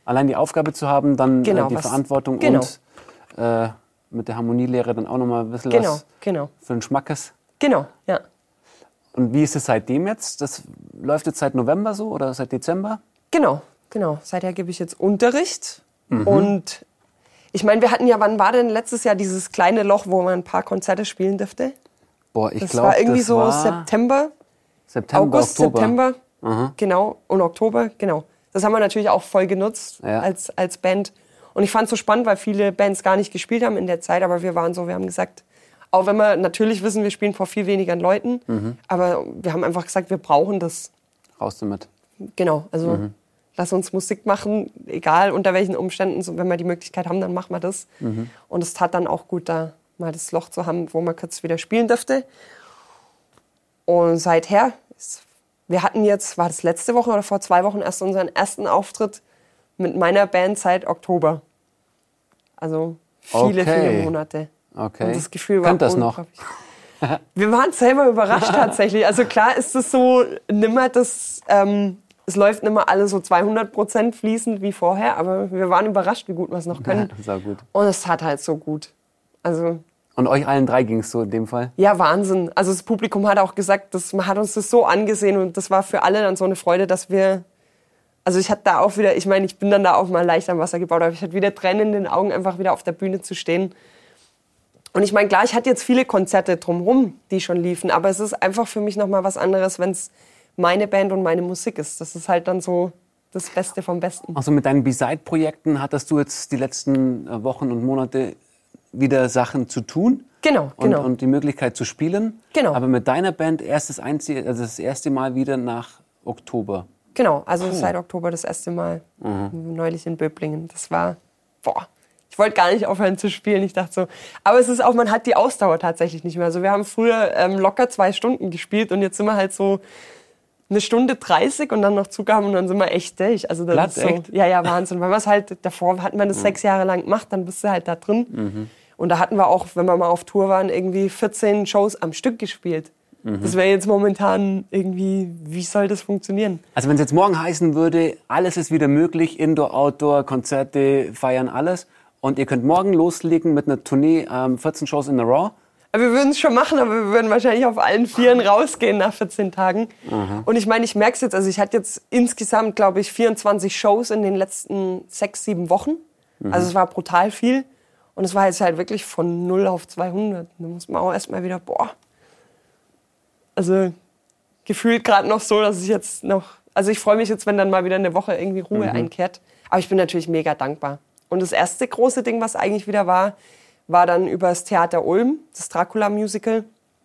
S1: allein die Aufgabe zu haben, dann
S2: genau,
S1: äh, die
S2: was,
S1: Verantwortung
S2: genau.
S1: und äh, mit der Harmonielehre dann auch nochmal ein bisschen
S2: genau,
S1: was
S2: genau.
S1: für den Schmackes.
S2: Genau, ja.
S1: Und wie ist es seitdem jetzt? Das läuft jetzt seit November so oder seit Dezember?
S2: Genau, genau. Seither gebe ich jetzt Unterricht. Mhm. Und ich meine, wir hatten ja, wann war denn letztes Jahr dieses kleine Loch, wo man ein paar Konzerte spielen durfte?
S1: Boah, ich
S2: das
S1: glaube,
S2: war irgendwie
S1: das
S2: so
S1: war
S2: September,
S1: September,
S2: August,
S1: Oktober.
S2: September,
S1: Aha.
S2: genau, und Oktober, genau. Das haben wir natürlich auch voll genutzt
S1: Ja.
S2: als, als Band. Und ich fand es so spannend, weil viele Bands gar nicht gespielt haben in der Zeit, aber wir waren so, wir haben gesagt, auch wenn wir natürlich wissen, wir spielen vor viel weniger Leuten, mhm. aber wir haben einfach gesagt, wir brauchen das.
S1: Raus damit.
S2: Genau, also mhm. lass uns Musik machen, egal unter welchen Umständen, so, wenn wir die Möglichkeit haben, dann machen wir das. Mhm. Und es tat dann auch gut, da mal das Loch zu haben, wo man kurz wieder spielen dürfte. Und seither, wir hatten jetzt, war das letzte Woche oder vor zwei Wochen erst unseren ersten Auftritt mit meiner Band seit Oktober. Also viele,
S1: okay.
S2: viele Monate.
S1: Okay.
S2: Und das Gefühl war
S1: Könnt das noch?
S2: Wir waren selber überrascht tatsächlich. Also klar ist es so, nimmer das, ähm, es läuft nicht mehr alles so zweihundert Prozent fließend wie vorher, aber wir waren überrascht, wie gut wir es noch können.
S1: Ja, das war gut.
S2: Und es tat halt so gut. Also
S1: Und euch allen drei ging es so in dem Fall?
S2: ja, Wahnsinn. Also das Publikum hat auch gesagt, das, man hat uns das so angesehen und das war für alle dann so eine Freude, dass wir, also ich hatte da auch wieder, ich meine, ich bin dann da auch mal leicht am Wasser gebaut, aber ich hatte wieder Tränen in den Augen, einfach wieder auf der Bühne zu stehen. Und ich meine, klar, ich hatte jetzt viele Konzerte drumherum, die schon liefen, aber es ist einfach für mich nochmal was anderes, wenn es meine Band und meine Musik ist. Das ist halt dann so das Beste vom Besten.
S1: Also mit deinen B-Side-Projekten hattest du jetzt die letzten Wochen und Monate wieder Sachen zu tun?
S2: Genau,
S1: und,
S2: genau.
S1: Und die Möglichkeit zu spielen?
S2: Genau.
S1: Aber mit deiner Band erst das, einzige, also das erste Mal wieder nach Oktober?
S2: Genau, also
S1: Puh.
S2: seit Oktober das erste Mal, mhm. neulich in Böblingen. Das war, boah, ich wollte gar nicht aufhören zu spielen. Ich dachte so, aber es ist auch, man hat die Ausdauer tatsächlich nicht mehr. Also wir haben früher ähm, locker zwei Stunden gespielt und jetzt sind wir halt so eine Stunde dreißig und dann noch Zugaben und dann sind wir echt durch. Also das
S1: Platz,
S2: ist so,
S1: echt?
S2: ja, ja, Wahnsinn. Weil wir es halt, davor hat man das mhm. sechs Jahre lang gemacht, dann bist du halt da drin. Mhm. Und da hatten wir auch, wenn wir mal auf Tour waren, irgendwie vierzehn Shows am Stück gespielt. Mhm. Das wäre jetzt momentan irgendwie, wie soll das funktionieren?
S1: Also wenn es jetzt morgen heißen würde, alles ist wieder möglich, Indoor, Outdoor, Konzerte, feiern, alles. Und ihr könnt morgen loslegen mit einer Tournee, ähm, vierzehn Shows in the Raw.
S2: Wir würden es schon machen, aber wir würden wahrscheinlich auf allen Vieren rausgehen nach vierzehn Tagen. Mhm. Und ich meine, ich merke es jetzt, also ich hatte jetzt insgesamt, glaube ich, vierundzwanzig Shows in den letzten sechs, sieben Wochen. Mhm. Also es war brutal viel. Und es war jetzt halt wirklich von null auf zweihundert. Da muss man auch erstmal wieder, boah. Also gefühlt gerade noch so, dass ich jetzt noch, also ich freue mich jetzt, wenn dann mal wieder eine Woche irgendwie Ruhe mhm. einkehrt. Aber ich bin natürlich mega dankbar. Und das erste große Ding, was eigentlich wieder war, war dann über das Theater Ulm, das Dracula-Musical.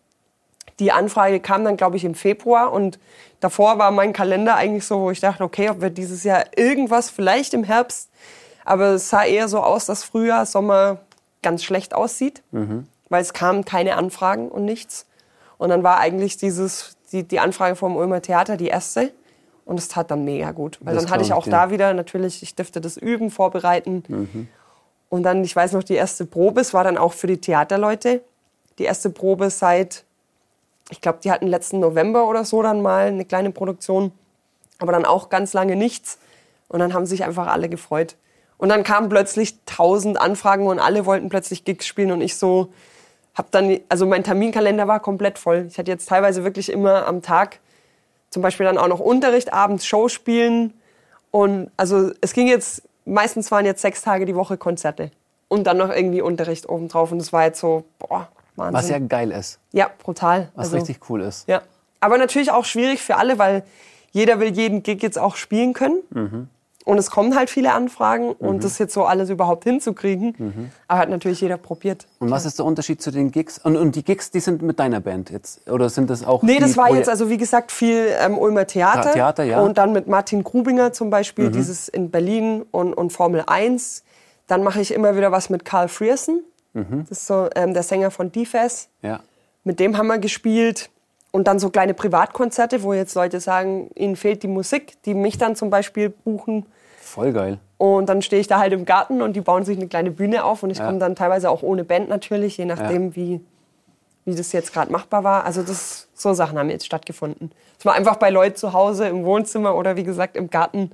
S2: Die Anfrage kam dann, glaube ich, im Februar. Und davor war mein Kalender eigentlich so, wo ich dachte, okay, ob wir dieses Jahr irgendwas, vielleicht im Herbst. Aber es sah eher so aus, dass Frühjahr, Sommer ganz schlecht aussieht. Mhm. Weil es kamen keine Anfragen und nichts. Und dann war eigentlich dieses, die, die Anfrage vom Ulmer Theater die erste. Und es tat dann mega gut. Weil das dann hatte ich auch ich, da wieder, natürlich, ich dürfte das üben, vorbereiten. Mhm. Und dann, ich weiß noch, die erste Probe, es war dann auch für die Theaterleute. Die erste Probe seit, ich glaube, die hatten letzten November oder so dann mal eine kleine Produktion. Aber dann auch ganz lange nichts. Und dann haben sich einfach alle gefreut. Und dann kamen plötzlich tausend Anfragen und alle wollten plötzlich Gigs spielen. Und ich so, hab dann, also mein Terminkalender war komplett voll. Ich hatte jetzt teilweise wirklich immer am Tag zum Beispiel dann auch noch Unterricht, abends Show spielen. Und also es ging jetzt, meistens waren jetzt sechs Tage die Woche Konzerte. Und dann noch irgendwie Unterricht obendrauf. Und das war jetzt so, boah, Wahnsinn.
S1: Was ja geil ist.
S2: Ja, brutal.
S1: Was also, richtig cool ist.
S2: Ja. Aber natürlich auch schwierig für alle, weil jeder will jeden Gig jetzt auch spielen können. Mhm. Und es kommen halt viele Anfragen. Mhm. Und das jetzt so alles überhaupt hinzukriegen. Mhm. Aber hat natürlich jeder probiert.
S1: Und was ist der Unterschied zu den Gigs? Und, und die Gigs, die sind mit deiner Band jetzt? Oder sind das auch
S2: Nee,
S1: die,
S2: das war jetzt, also wie gesagt, viel ähm, Ulmer Theater.
S1: Theater, ja.
S2: Und dann mit Martin Grubinger zum Beispiel, mhm. dieses in Berlin und, und Formel eins. Dann mache ich immer wieder was mit Carl Frierson. Mhm. Das ist so ähm, der Sänger von D F A S.
S1: Ja.
S2: Mit dem haben wir gespielt. Und dann so kleine Privatkonzerte, wo jetzt Leute sagen, ihnen fehlt die Musik, die mich dann zum Beispiel buchen.
S1: Voll geil.
S2: Und dann stehe ich da halt im Garten und die bauen sich eine kleine Bühne auf. Und ich ja. komme dann teilweise auch ohne Band natürlich, je nachdem, ja. wie, wie das jetzt gerade machbar war. Also das, so Sachen haben jetzt stattgefunden. Dass man einfach bei Leuten zu Hause im Wohnzimmer oder wie gesagt im Garten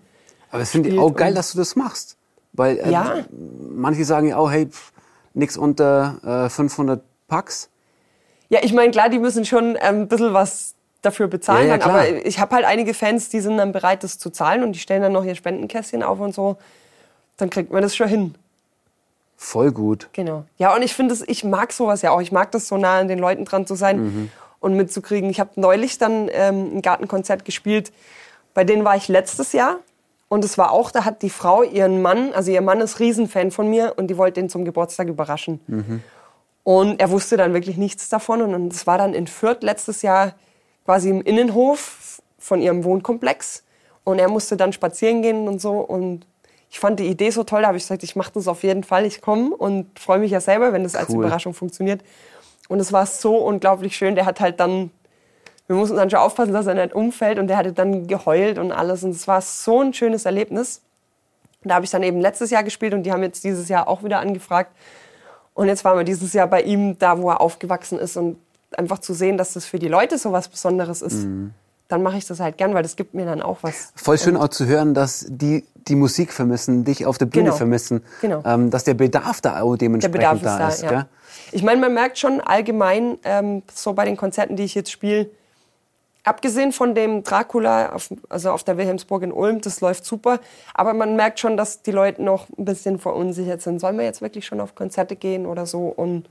S1: Aber es finde ich auch geil, dass du das machst. Weil äh,
S2: Ja.
S1: manche sagen ja auch, hey, pff, nix unter äh, fünfhundert Packs.
S2: Ja, ich meine, klar, die müssen schon ähm, ein bisschen was dafür bezahlen.
S1: Ja, ja,
S2: dann,
S1: klar.
S2: aber ich habe halt einige Fans, die sind dann bereit, das zu zahlen und die stellen dann noch ihr Spendenkästchen auf und so. Dann kriegt man das schon hin.
S1: Voll gut.
S2: Genau. Ja, und ich finde, es- ich mag sowas ja auch. Ich mag das, so nah an den Leuten dran zu sein
S1: Mhm.
S2: und mitzukriegen. Ich habe neulich dann ähm, ein Gartenkonzert gespielt. Bei denen war ich letztes Jahr. Und es war auch, da hat die Frau ihren Mann, also ihr Mann ist Riesenfan von mir und die wollte ihn zum Geburtstag überraschen.
S1: Mhm.
S2: Und er wusste dann wirklich nichts davon. Und es war dann in Fürth letztes Jahr quasi im Innenhof von ihrem Wohnkomplex. Und er musste dann spazieren gehen und so. Und ich fand die Idee so toll, da habe ich gesagt, ich mache das auf jeden Fall. Ich komme und freue mich ja selber, wenn das als
S1: Cool.
S2: Überraschung funktioniert. Und es war so unglaublich schön. Der hat halt dann, wir mussten dann schon aufpassen, dass er nicht umfällt. Und der hatte dann geheult und alles. Und es war so ein schönes Erlebnis. Und da habe ich dann eben letztes Jahr gespielt und die haben jetzt dieses Jahr auch wieder angefragt. Und jetzt waren wir dieses Jahr bei ihm, da wo er aufgewachsen ist. Und einfach zu sehen, dass das für die Leute so was Besonderes ist,
S1: Mhm.
S2: dann mache ich das halt gern, weil das gibt mir dann auch was.
S1: Voll schön auch zu hören, dass die die Musik vermissen, dich auf der Bühne
S2: Genau.
S1: vermissen.
S2: Genau.
S1: Ähm, dass der Bedarf da auch
S2: Der
S1: dementsprechend
S2: Bedarf ist
S1: da,
S2: da,
S1: ist.
S2: ja.
S1: Gell?
S2: Ich meine, man merkt schon allgemein, ähm, so bei den Konzerten, die ich jetzt spiele, abgesehen von dem Dracula, auf, also auf der Wilhelmsburg in Ulm, das läuft super. Aber man merkt schon, dass die Leute noch ein bisschen verunsichert sind. Sollen wir jetzt wirklich schon auf Konzerte gehen oder so? Und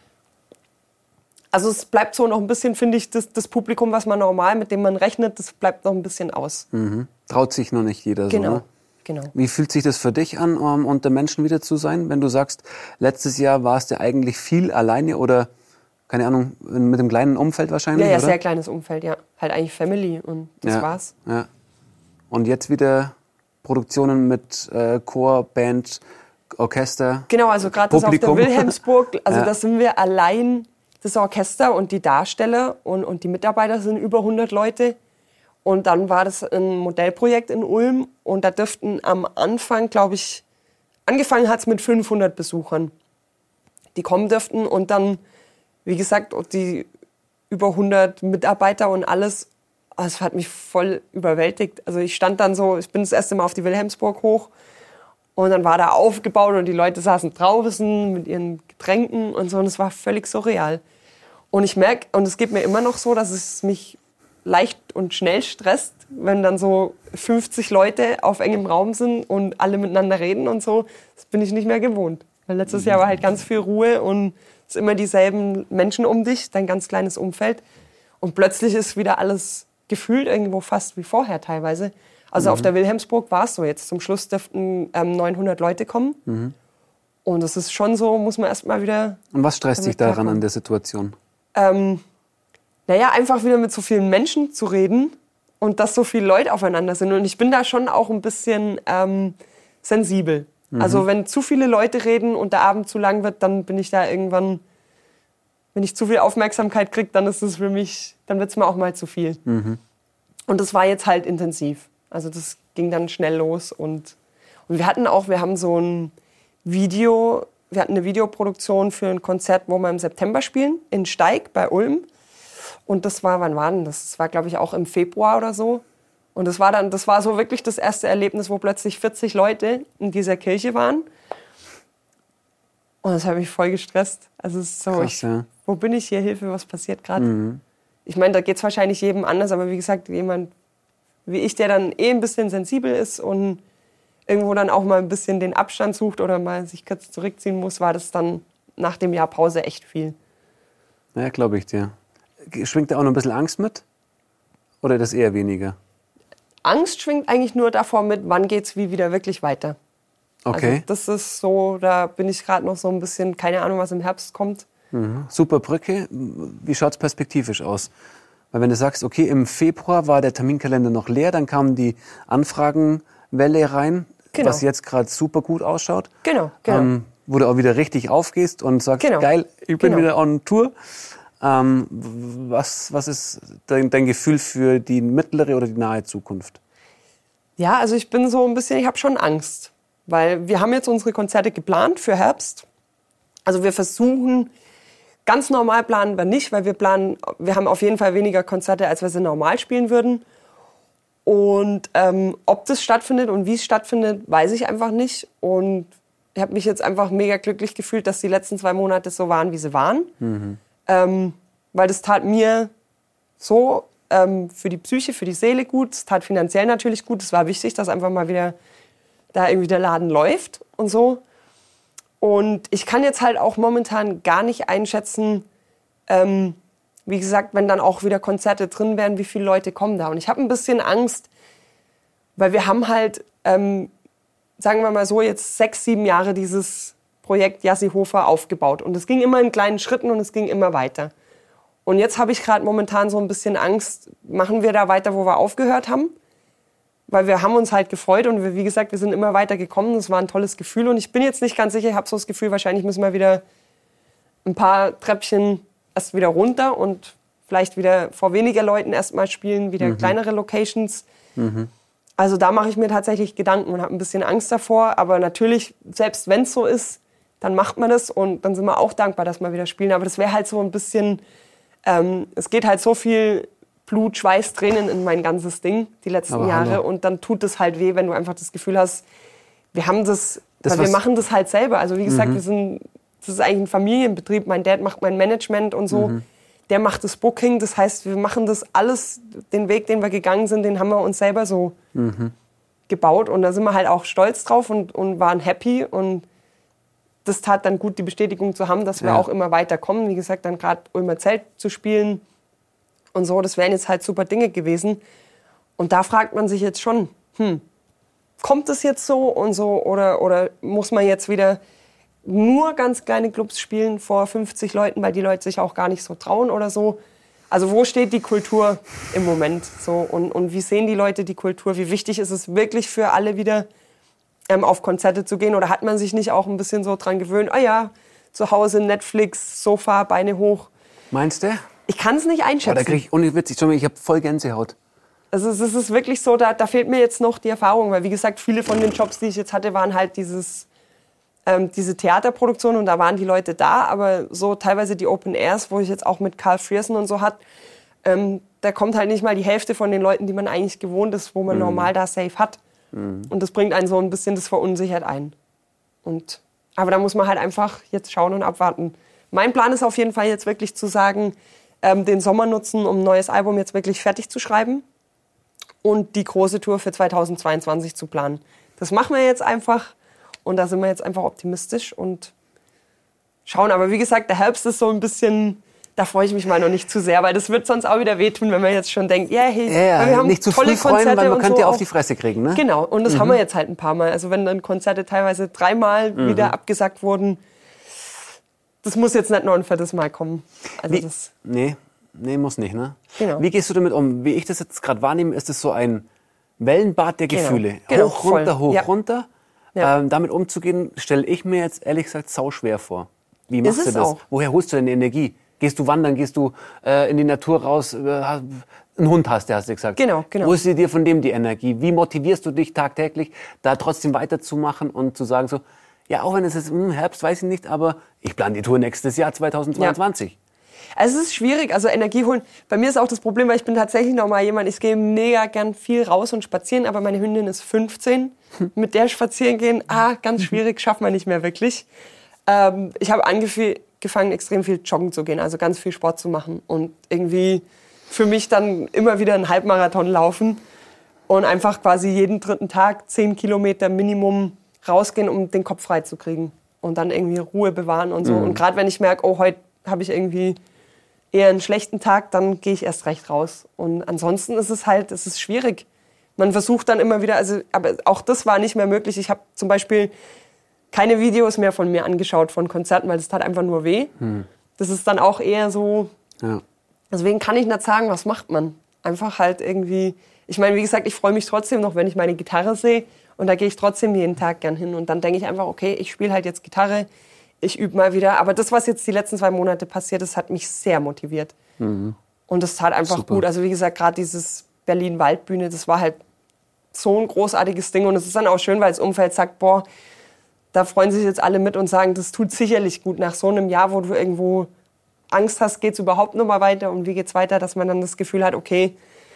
S2: also es bleibt so noch ein bisschen, finde ich, das, das Publikum, was man normal, mit dem man rechnet, das bleibt noch ein bisschen aus.
S1: Mhm. Traut sich noch nicht jeder
S2: Genau,
S1: so. Ne?
S2: genau.
S1: Wie fühlt sich das für dich an, um unter Menschen wieder zu sein, wenn du sagst, letztes Jahr warst du eigentlich viel alleine oder, keine Ahnung, mit einem kleinen Umfeld wahrscheinlich,
S2: Ja, ja,
S1: oder?
S2: sehr kleines Umfeld, ja. Halt eigentlich Family und das
S1: ja,
S2: war's.
S1: Ja. Und jetzt wieder Produktionen mit äh, Chor, Band, Orchester.
S2: Genau, also gerade das auf der
S1: Publikum.
S2: Wilhelmsburg, also
S1: Ja.
S2: da sind wir allein, das Orchester und die Darsteller und, und die Mitarbeiter sind über hundert Leute. Und dann war das ein Modellprojekt in Ulm und da dürften am Anfang, glaube ich, angefangen hat es mit fünfhundert Besuchern, die kommen dürften und dann, wie gesagt, die über hundert Mitarbeiter und alles. Das hat mich voll überwältigt. Also ich stand dann so, ich bin das erste Mal auf die Wilhelmsburg hoch und dann war da aufgebaut und die Leute saßen draußen mit ihren Getränken und so und es war völlig surreal. Und ich merke, und es geht mir immer noch so, dass es mich leicht und schnell stresst, wenn dann so fünfzig Leute auf engem Raum sind und alle miteinander reden und so. Das bin ich nicht mehr gewohnt. Weil letztes Jahr war halt ganz viel Ruhe und es sind immer dieselben Menschen um dich, dein ganz kleines Umfeld. Und plötzlich ist wieder alles gefühlt irgendwo fast wie vorher teilweise. Also
S1: Mhm.
S2: auf der Wilhelmsburg war es so. Jetzt zum Schluss dürften ähm, neunhundert Leute kommen.
S1: Mhm.
S2: Und es ist schon so, muss man erst mal wieder...
S1: Und was stresst dich
S2: damit
S1: daran
S2: klarkommen.
S1: an der Situation?
S2: Ähm, naja, einfach wieder mit so vielen Menschen zu reden und dass so viele Leute aufeinander sind. Und ich bin da schon auch ein bisschen ähm, sensibel. Also wenn zu viele Leute reden und der Abend zu lang wird, dann bin ich da irgendwann, wenn ich zu viel Aufmerksamkeit kriege, dann ist es für mich, dann wird es mir auch mal zu viel.
S1: Mhm.
S2: Und das war jetzt halt intensiv. Also das ging dann schnell los. Und, und wir hatten auch, wir haben so ein Video, wir hatten eine Videoproduktion für ein Konzert, wo wir im September spielen, in Steig bei Ulm. Und das war, wann war denn das? Das war, glaube ich, auch im Februar oder so. Und das war dann, das war so wirklich das erste Erlebnis, wo plötzlich vierzig Leute in dieser Kirche waren. Und das hat mich voll gestresst. Also es ist so,
S1: Krass,
S2: ich,
S1: ja.
S2: wo bin ich hier? Hilfe, was passiert gerade?
S1: Mhm.
S2: Ich meine, da geht es wahrscheinlich jedem anders, aber wie gesagt, jemand wie ich, der dann eh ein bisschen sensibel ist und irgendwo dann auch mal ein bisschen den Abstand sucht oder mal sich kurz zurückziehen muss, war das dann nach dem Jahr Pause echt viel.
S1: Ja, glaube ich dir. Schwingt da auch noch ein bisschen Angst mit? Oder das eher weniger?
S2: Angst schwingt eigentlich nur davor mit, wann geht's wie wieder wirklich weiter.
S1: Okay.
S2: Also das ist so, da bin ich gerade noch so ein bisschen, keine Ahnung, was im Herbst kommt.
S1: Mhm. Super Brücke. Wie schaut es perspektivisch aus? Weil wenn du sagst, okay, im Februar war der Terminkalender noch leer, dann kam die Anfragenwelle rein,
S2: Genau.
S1: was jetzt gerade super gut ausschaut.
S2: Genau, genau.
S1: Ähm, wo du auch wieder richtig aufgehst und sagst,
S2: Genau.
S1: geil, ich bin
S2: Genau.
S1: wieder on Tour. Ähm, was, was ist dein, dein Gefühl für die mittlere oder die nahe Zukunft?
S2: Ja, also ich bin so ein bisschen, ich habe schon Angst, weil wir haben jetzt unsere Konzerte geplant für Herbst. Also wir versuchen, ganz normal planen wir nicht, weil wir planen, wir haben auf jeden Fall weniger Konzerte, als wir sie normal spielen würden. Und ähm, ob das stattfindet und wie es stattfindet, weiß ich einfach nicht. Und ich habe mich jetzt einfach mega glücklich gefühlt, dass die letzten zwei Monate so waren, wie sie waren. Mhm. Ähm, weil das tat mir so ähm, für die Psyche, für die Seele gut. Es tat finanziell natürlich gut. Es war wichtig, dass einfach mal wieder da irgendwie der Laden läuft und so. Und ich kann jetzt halt auch momentan gar nicht einschätzen, ähm, wie gesagt, wenn dann auch wieder Konzerte drin wären, wie viele Leute kommen da. Und ich habe ein bisschen Angst, weil wir haben halt, ähm, sagen wir mal so, jetzt sechs, sieben Jahre dieses Projekt Jassi Hofer aufgebaut. Und es ging immer in kleinen Schritten und es ging immer weiter. Und jetzt habe ich gerade momentan so ein bisschen Angst, machen wir da weiter, wo wir aufgehört haben? Weil wir haben uns halt gefreut und wir, wie gesagt, wir sind immer weiter gekommen. Das war ein tolles Gefühl und ich bin jetzt nicht ganz sicher, ich habe so das Gefühl, wahrscheinlich müssen wir wieder ein paar Treppchen erst wieder runter und vielleicht wieder vor weniger Leuten erstmal spielen, wieder mhm. kleinere Locations. Mhm. Also da mache ich mir tatsächlich Gedanken und habe ein bisschen Angst davor. Aber natürlich, selbst wenn es so ist, dann macht man das und dann sind wir auch dankbar, dass wir wieder spielen. Aber das wäre halt so ein bisschen, ähm, es geht halt so viel Blut, Schweiß, Tränen in mein ganzes Ding die letzten Aber Jahre. Hallo. Und dann tut es halt weh, wenn du einfach das Gefühl hast, wir haben das, das weil wir machen das halt selber. Also wie gesagt, mhm. wir sind, das ist eigentlich ein Familienbetrieb. Mein Dad macht mein Management und so. Mhm. Der macht das Booking. Das heißt, wir machen das alles, den Weg, den wir gegangen sind, den haben wir uns selber so mhm. gebaut. Und da sind wir halt auch stolz drauf und, und waren happy. Und das tat dann gut, die Bestätigung zu haben, dass wir ja. auch immer weiterkommen. Wie gesagt, dann gerade Ulmer Zelt zu spielen und so. Das wären jetzt halt super Dinge gewesen. Und da fragt man sich jetzt schon, hm, kommt es jetzt so und so? Oder, oder muss man jetzt wieder nur ganz kleine Clubs spielen vor fünfzig Leuten, weil die Leute sich auch gar nicht so trauen oder so. Also wo steht die Kultur im Moment so und, und wie sehen die Leute die Kultur? Wie wichtig ist es wirklich für alle wieder ähm, auf Konzerte zu gehen? Oder hat man sich nicht auch ein bisschen so dran gewöhnt, ah ja, zu Hause Netflix, Sofa, Beine hoch?
S1: Meinst du?
S2: Ich kann es nicht einschätzen.
S1: Oh, da kriege ich unwitzig, ich habe voll Gänsehaut.
S2: Also es ist wirklich so, da, da fehlt mir jetzt noch die Erfahrung, weil wie gesagt, viele von den Jobs, die ich jetzt hatte, waren halt dieses Ähm, diese Theaterproduktion und da waren die Leute da, aber so teilweise die Open Airs, wo ich jetzt auch mit Karl Frierson und so hat, ähm, da kommt halt nicht mal die Hälfte von den Leuten, die man eigentlich gewohnt ist, wo man mhm. normal da safe hat. Mhm. Und das bringt einen so ein bisschen, das verunsichert ein. Und, aber da muss man halt einfach jetzt schauen und abwarten. Mein Plan ist auf jeden Fall jetzt wirklich zu sagen, ähm, den Sommer nutzen, um ein neues Album jetzt wirklich fertig zu schreiben und die große Tour für zweitausendzweiundzwanzig zu planen. Das machen wir jetzt einfach. Und da sind wir jetzt einfach optimistisch und schauen. Aber wie gesagt, der Herbst ist so ein bisschen, da freue ich mich mal noch nicht zu sehr, weil das wird sonst auch wieder wehtun, wenn man jetzt schon denkt, yeah, hey,
S1: ja, ja,
S2: wir haben
S1: nicht zu
S2: tolle
S1: früh freuen,
S2: Konzerte
S1: weil man
S2: und
S1: könnte
S2: so
S1: ja auf
S2: auch.
S1: die Fresse kriegen, ne?
S2: Genau, und das
S1: mhm.
S2: haben wir jetzt halt ein paar Mal. Also wenn dann Konzerte teilweise dreimal mhm. wieder abgesagt wurden, das muss jetzt nicht noch ein viertes Mal kommen. Also
S1: Wie,
S2: das
S1: nee, nee, muss nicht, ne?
S2: Genau.
S1: Wie gehst du damit um? Wie ich das jetzt gerade wahrnehme, ist es so ein Wellenbad der
S2: genau.
S1: Gefühle.
S2: Genau,
S1: hoch, runter,
S2: voll.
S1: hoch,
S2: ja.
S1: runter. Ja. Ähm, damit umzugehen, stelle ich mir jetzt ehrlich gesagt sau schwer vor. Wie machst
S2: Ist
S1: du
S2: es
S1: das?
S2: auch.
S1: Woher holst du deine Energie? Gehst du wandern? Gehst du äh, in die Natur raus? Äh, einen Hund hast du, hast du gesagt.
S2: Genau, genau.
S1: Holst du dir von dem die Energie? Wie motivierst du dich tagtäglich, da trotzdem weiterzumachen und zu sagen so, ja, auch wenn es ist hm, Herbst, weiß ich nicht, aber ich plane die Tour nächstes Jahr zweitausendzweiundzwanzig. Ja.
S2: Also es ist schwierig, also Energie holen. Bei mir ist auch das Problem, weil ich bin tatsächlich noch mal jemand, ich gehe mega gern viel raus und spazieren, aber meine Hündin ist fünfzehn. Mit der spazieren gehen, ah, ganz schwierig, schafft man nicht mehr wirklich. Ähm, ich habe angefangen, extrem viel joggen zu gehen, also ganz viel Sport zu machen und irgendwie für mich dann immer wieder einen Halbmarathon laufen und einfach quasi jeden dritten Tag zehn Kilometer Minimum rausgehen, um den Kopf frei zu kriegen und dann irgendwie Ruhe bewahren und so. Mhm. Und gerade wenn ich merke, oh, heute habe ich irgendwie eher einen schlechten Tag, dann gehe ich erst recht raus. Und ansonsten ist es halt, es ist schwierig. Man versucht dann immer wieder, also, aber auch das war nicht mehr möglich. Ich habe zum Beispiel keine Videos mehr von mir angeschaut von Konzerten, weil das tat einfach nur weh. Hm. Das ist dann auch eher so, ja. Deswegen kann ich nicht sagen, was macht man. Einfach halt irgendwie, ich meine, wie gesagt, ich freue mich trotzdem noch, wenn ich meine Gitarre sehe und da gehe ich trotzdem jeden Tag gern hin. Und dann denke ich einfach, okay, ich spiele halt jetzt Gitarre, ich übe mal wieder. Aber das, was jetzt die letzten zwei Monate passiert ist, hat mich sehr motiviert. Mhm. Und das tat einfach Super. Gut. Also wie gesagt, gerade dieses Berlin-Waldbühne, das war halt so ein großartiges Ding. Und es ist dann auch schön, weil das Umfeld sagt, boah, da freuen sich jetzt alle mit und sagen, das tut sicherlich gut. Nach so einem Jahr, wo du irgendwo Angst hast, geht es überhaupt noch mal weiter und wie geht's weiter, dass man dann das Gefühl hat, okay,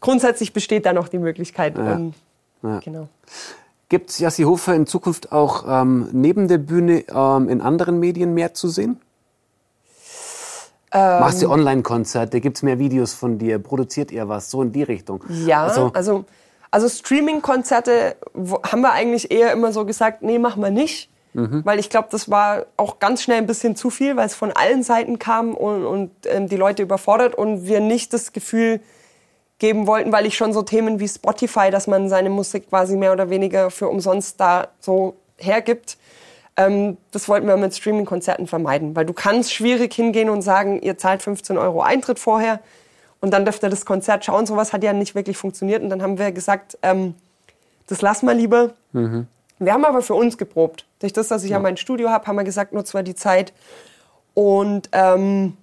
S2: grundsätzlich besteht da noch die Möglichkeit.
S1: Ja.
S2: Ähm,
S1: Ja.
S2: Genau.
S1: Gibt Jassi Hofer in Zukunft auch ähm, neben der Bühne ähm, in anderen Medien mehr zu sehen?
S2: Ähm,
S1: Machst du Online-Konzerte? Gibt es mehr Videos von dir? Produziert ihr was? So in die Richtung?
S2: Ja,
S1: Also,
S2: also, also Streaming-Konzerte wo- haben wir eigentlich eher immer so gesagt, nee, machen wir nicht. Weil ich glaube, das war auch ganz schnell ein bisschen zu viel, weil es von allen Seiten kam und, und ähm, die Leute überfordert und wir nicht das Gefühl geben wollten, weil ich schon so Themen wie Spotify, dass man seine Musik quasi mehr oder weniger für umsonst da so hergibt, ähm, das wollten wir mit Streaming-Konzerten vermeiden. Weil du kannst schwierig hingehen und sagen, ihr zahlt fünfzehn Euro Eintritt vorher und dann dürft ihr das Konzert schauen. Sowas hat ja nicht wirklich funktioniert und dann haben wir gesagt, ähm, das lassen wir lieber. Mhm. Wir haben aber für uns geprobt. Durch das, dass ich ja, ja mein Studio habe, haben wir gesagt, nutzen wir die Zeit. Und ähm,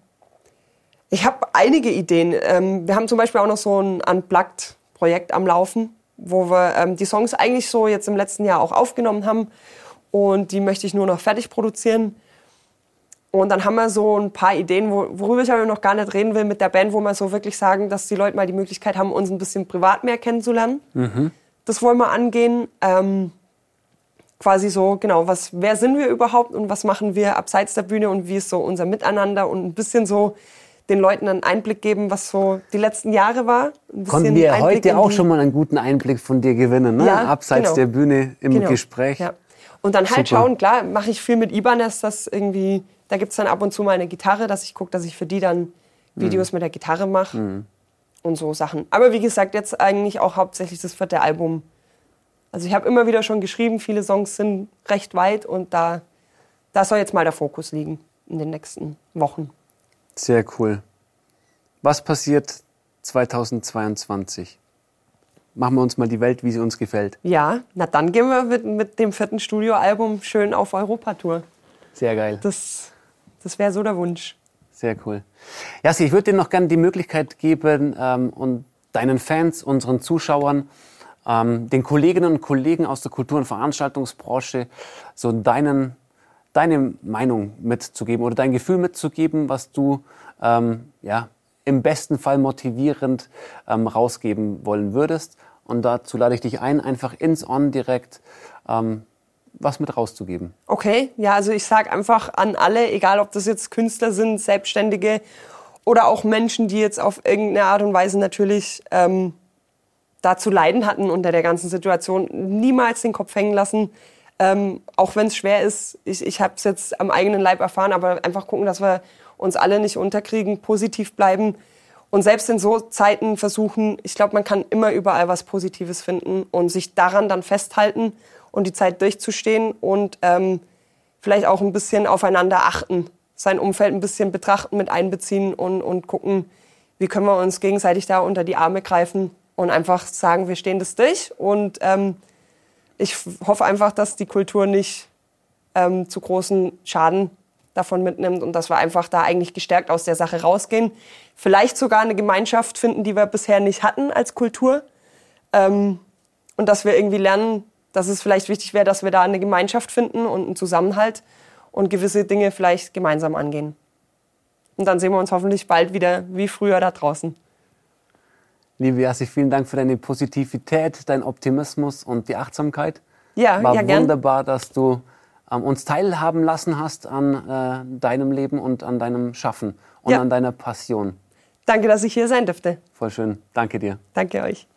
S2: ich habe einige Ideen. Ähm, wir haben zum Beispiel auch noch so ein Unplugged-Projekt am Laufen, wo wir ähm, die Songs eigentlich so jetzt im letzten Jahr auch aufgenommen haben. Und die möchte ich nur noch fertig produzieren. Und dann haben wir so ein paar Ideen, wo, worüber ich aber noch gar nicht reden will mit der Band, wo wir so wirklich sagen, dass die Leute mal die Möglichkeit haben, uns ein bisschen privat mehr kennenzulernen. Mhm. Das wollen wir angehen. Ähm, quasi so, genau, was, wer sind wir überhaupt und was machen wir abseits der Bühne und wie ist so unser Miteinander und ein bisschen so den Leuten einen Einblick geben, was so die letzten Jahre war.
S1: Konnten wir Einblick heute auch schon mal einen guten Einblick von dir gewinnen, ne?
S2: Ja,
S1: abseits
S2: genau.
S1: der Bühne im
S2: genau.
S1: Gespräch.
S2: Ja. Und dann halt
S1: Super.
S2: schauen, klar, mache ich viel mit Ibanez, dass irgendwie, da gibt es dann ab und zu mal eine Gitarre, dass ich gucke, dass ich für die dann Videos mhm. mit der Gitarre mache mhm. und so Sachen. Aber wie gesagt, jetzt eigentlich auch hauptsächlich das vierte Album. Also ich habe immer wieder schon geschrieben, viele Songs sind recht weit und da, da soll jetzt mal der Fokus liegen in den nächsten Wochen.
S1: Sehr cool. Was passiert zweitausendzweiundzwanzig? Machen wir uns mal die Welt, wie sie uns gefällt.
S2: Ja, na dann gehen wir mit, mit dem vierten Studioalbum schön auf Europatour.
S1: Sehr geil.
S2: Das, das wäre so der Wunsch.
S1: Sehr cool. Jassi, ich würde dir noch gerne die Möglichkeit geben, ähm, und deinen Fans, unseren Zuschauern, ähm, den Kolleginnen und Kollegen aus der Kultur- und Veranstaltungsbranche so deinen, deine Meinung mitzugeben oder dein Gefühl mitzugeben, was du ähm, ja, im besten Fall motivierend ähm, rausgeben wollen würdest. Und dazu lade ich dich ein, einfach ins On direkt ähm, was mit rauszugeben.
S2: Okay, ja, also ich sage einfach an alle, egal ob das jetzt Künstler sind, Selbstständige oder auch Menschen, die jetzt auf irgendeine Art und Weise natürlich ähm, da zu leiden hatten unter der ganzen Situation, niemals den Kopf hängen lassen, ähm, auch wenn es schwer ist. Ich, ich habe es jetzt am eigenen Leib erfahren, aber einfach gucken, dass wir uns alle nicht unterkriegen, positiv bleiben und selbst in so Zeiten versuchen, ich glaube, man kann immer überall was Positives finden und sich daran dann festhalten und die Zeit durchzustehen und ähm, vielleicht auch ein bisschen aufeinander achten, sein Umfeld ein bisschen betrachten, mit einbeziehen und, und gucken, wie können wir uns gegenseitig da unter die Arme greifen und einfach sagen, wir stehen das durch. Und ähm, ich hoffe einfach, dass die Kultur nicht ähm, zu großen Schaden davon mitnimmt und dass wir einfach da eigentlich gestärkt aus der Sache rausgehen. Vielleicht sogar eine Gemeinschaft finden, die wir bisher nicht hatten als Kultur. Ähm, und dass wir irgendwie lernen, dass es vielleicht wichtig wäre, dass wir da eine Gemeinschaft finden und einen Zusammenhalt und gewisse Dinge vielleicht gemeinsam angehen. Und dann sehen wir uns hoffentlich bald wieder wie früher da draußen.
S1: Liebe Jassi, vielen Dank für deine Positivität, deinen Optimismus und die Achtsamkeit.
S2: Ja,
S1: War
S2: ja, gern.
S1: wunderbar, dass du ähm, uns teilhaben lassen hast an äh, deinem Leben und an deinem Schaffen und
S2: ja.
S1: an deiner Passion.
S2: Danke, dass ich hier sein durfte.
S1: Voll schön. Danke dir.
S2: Danke euch.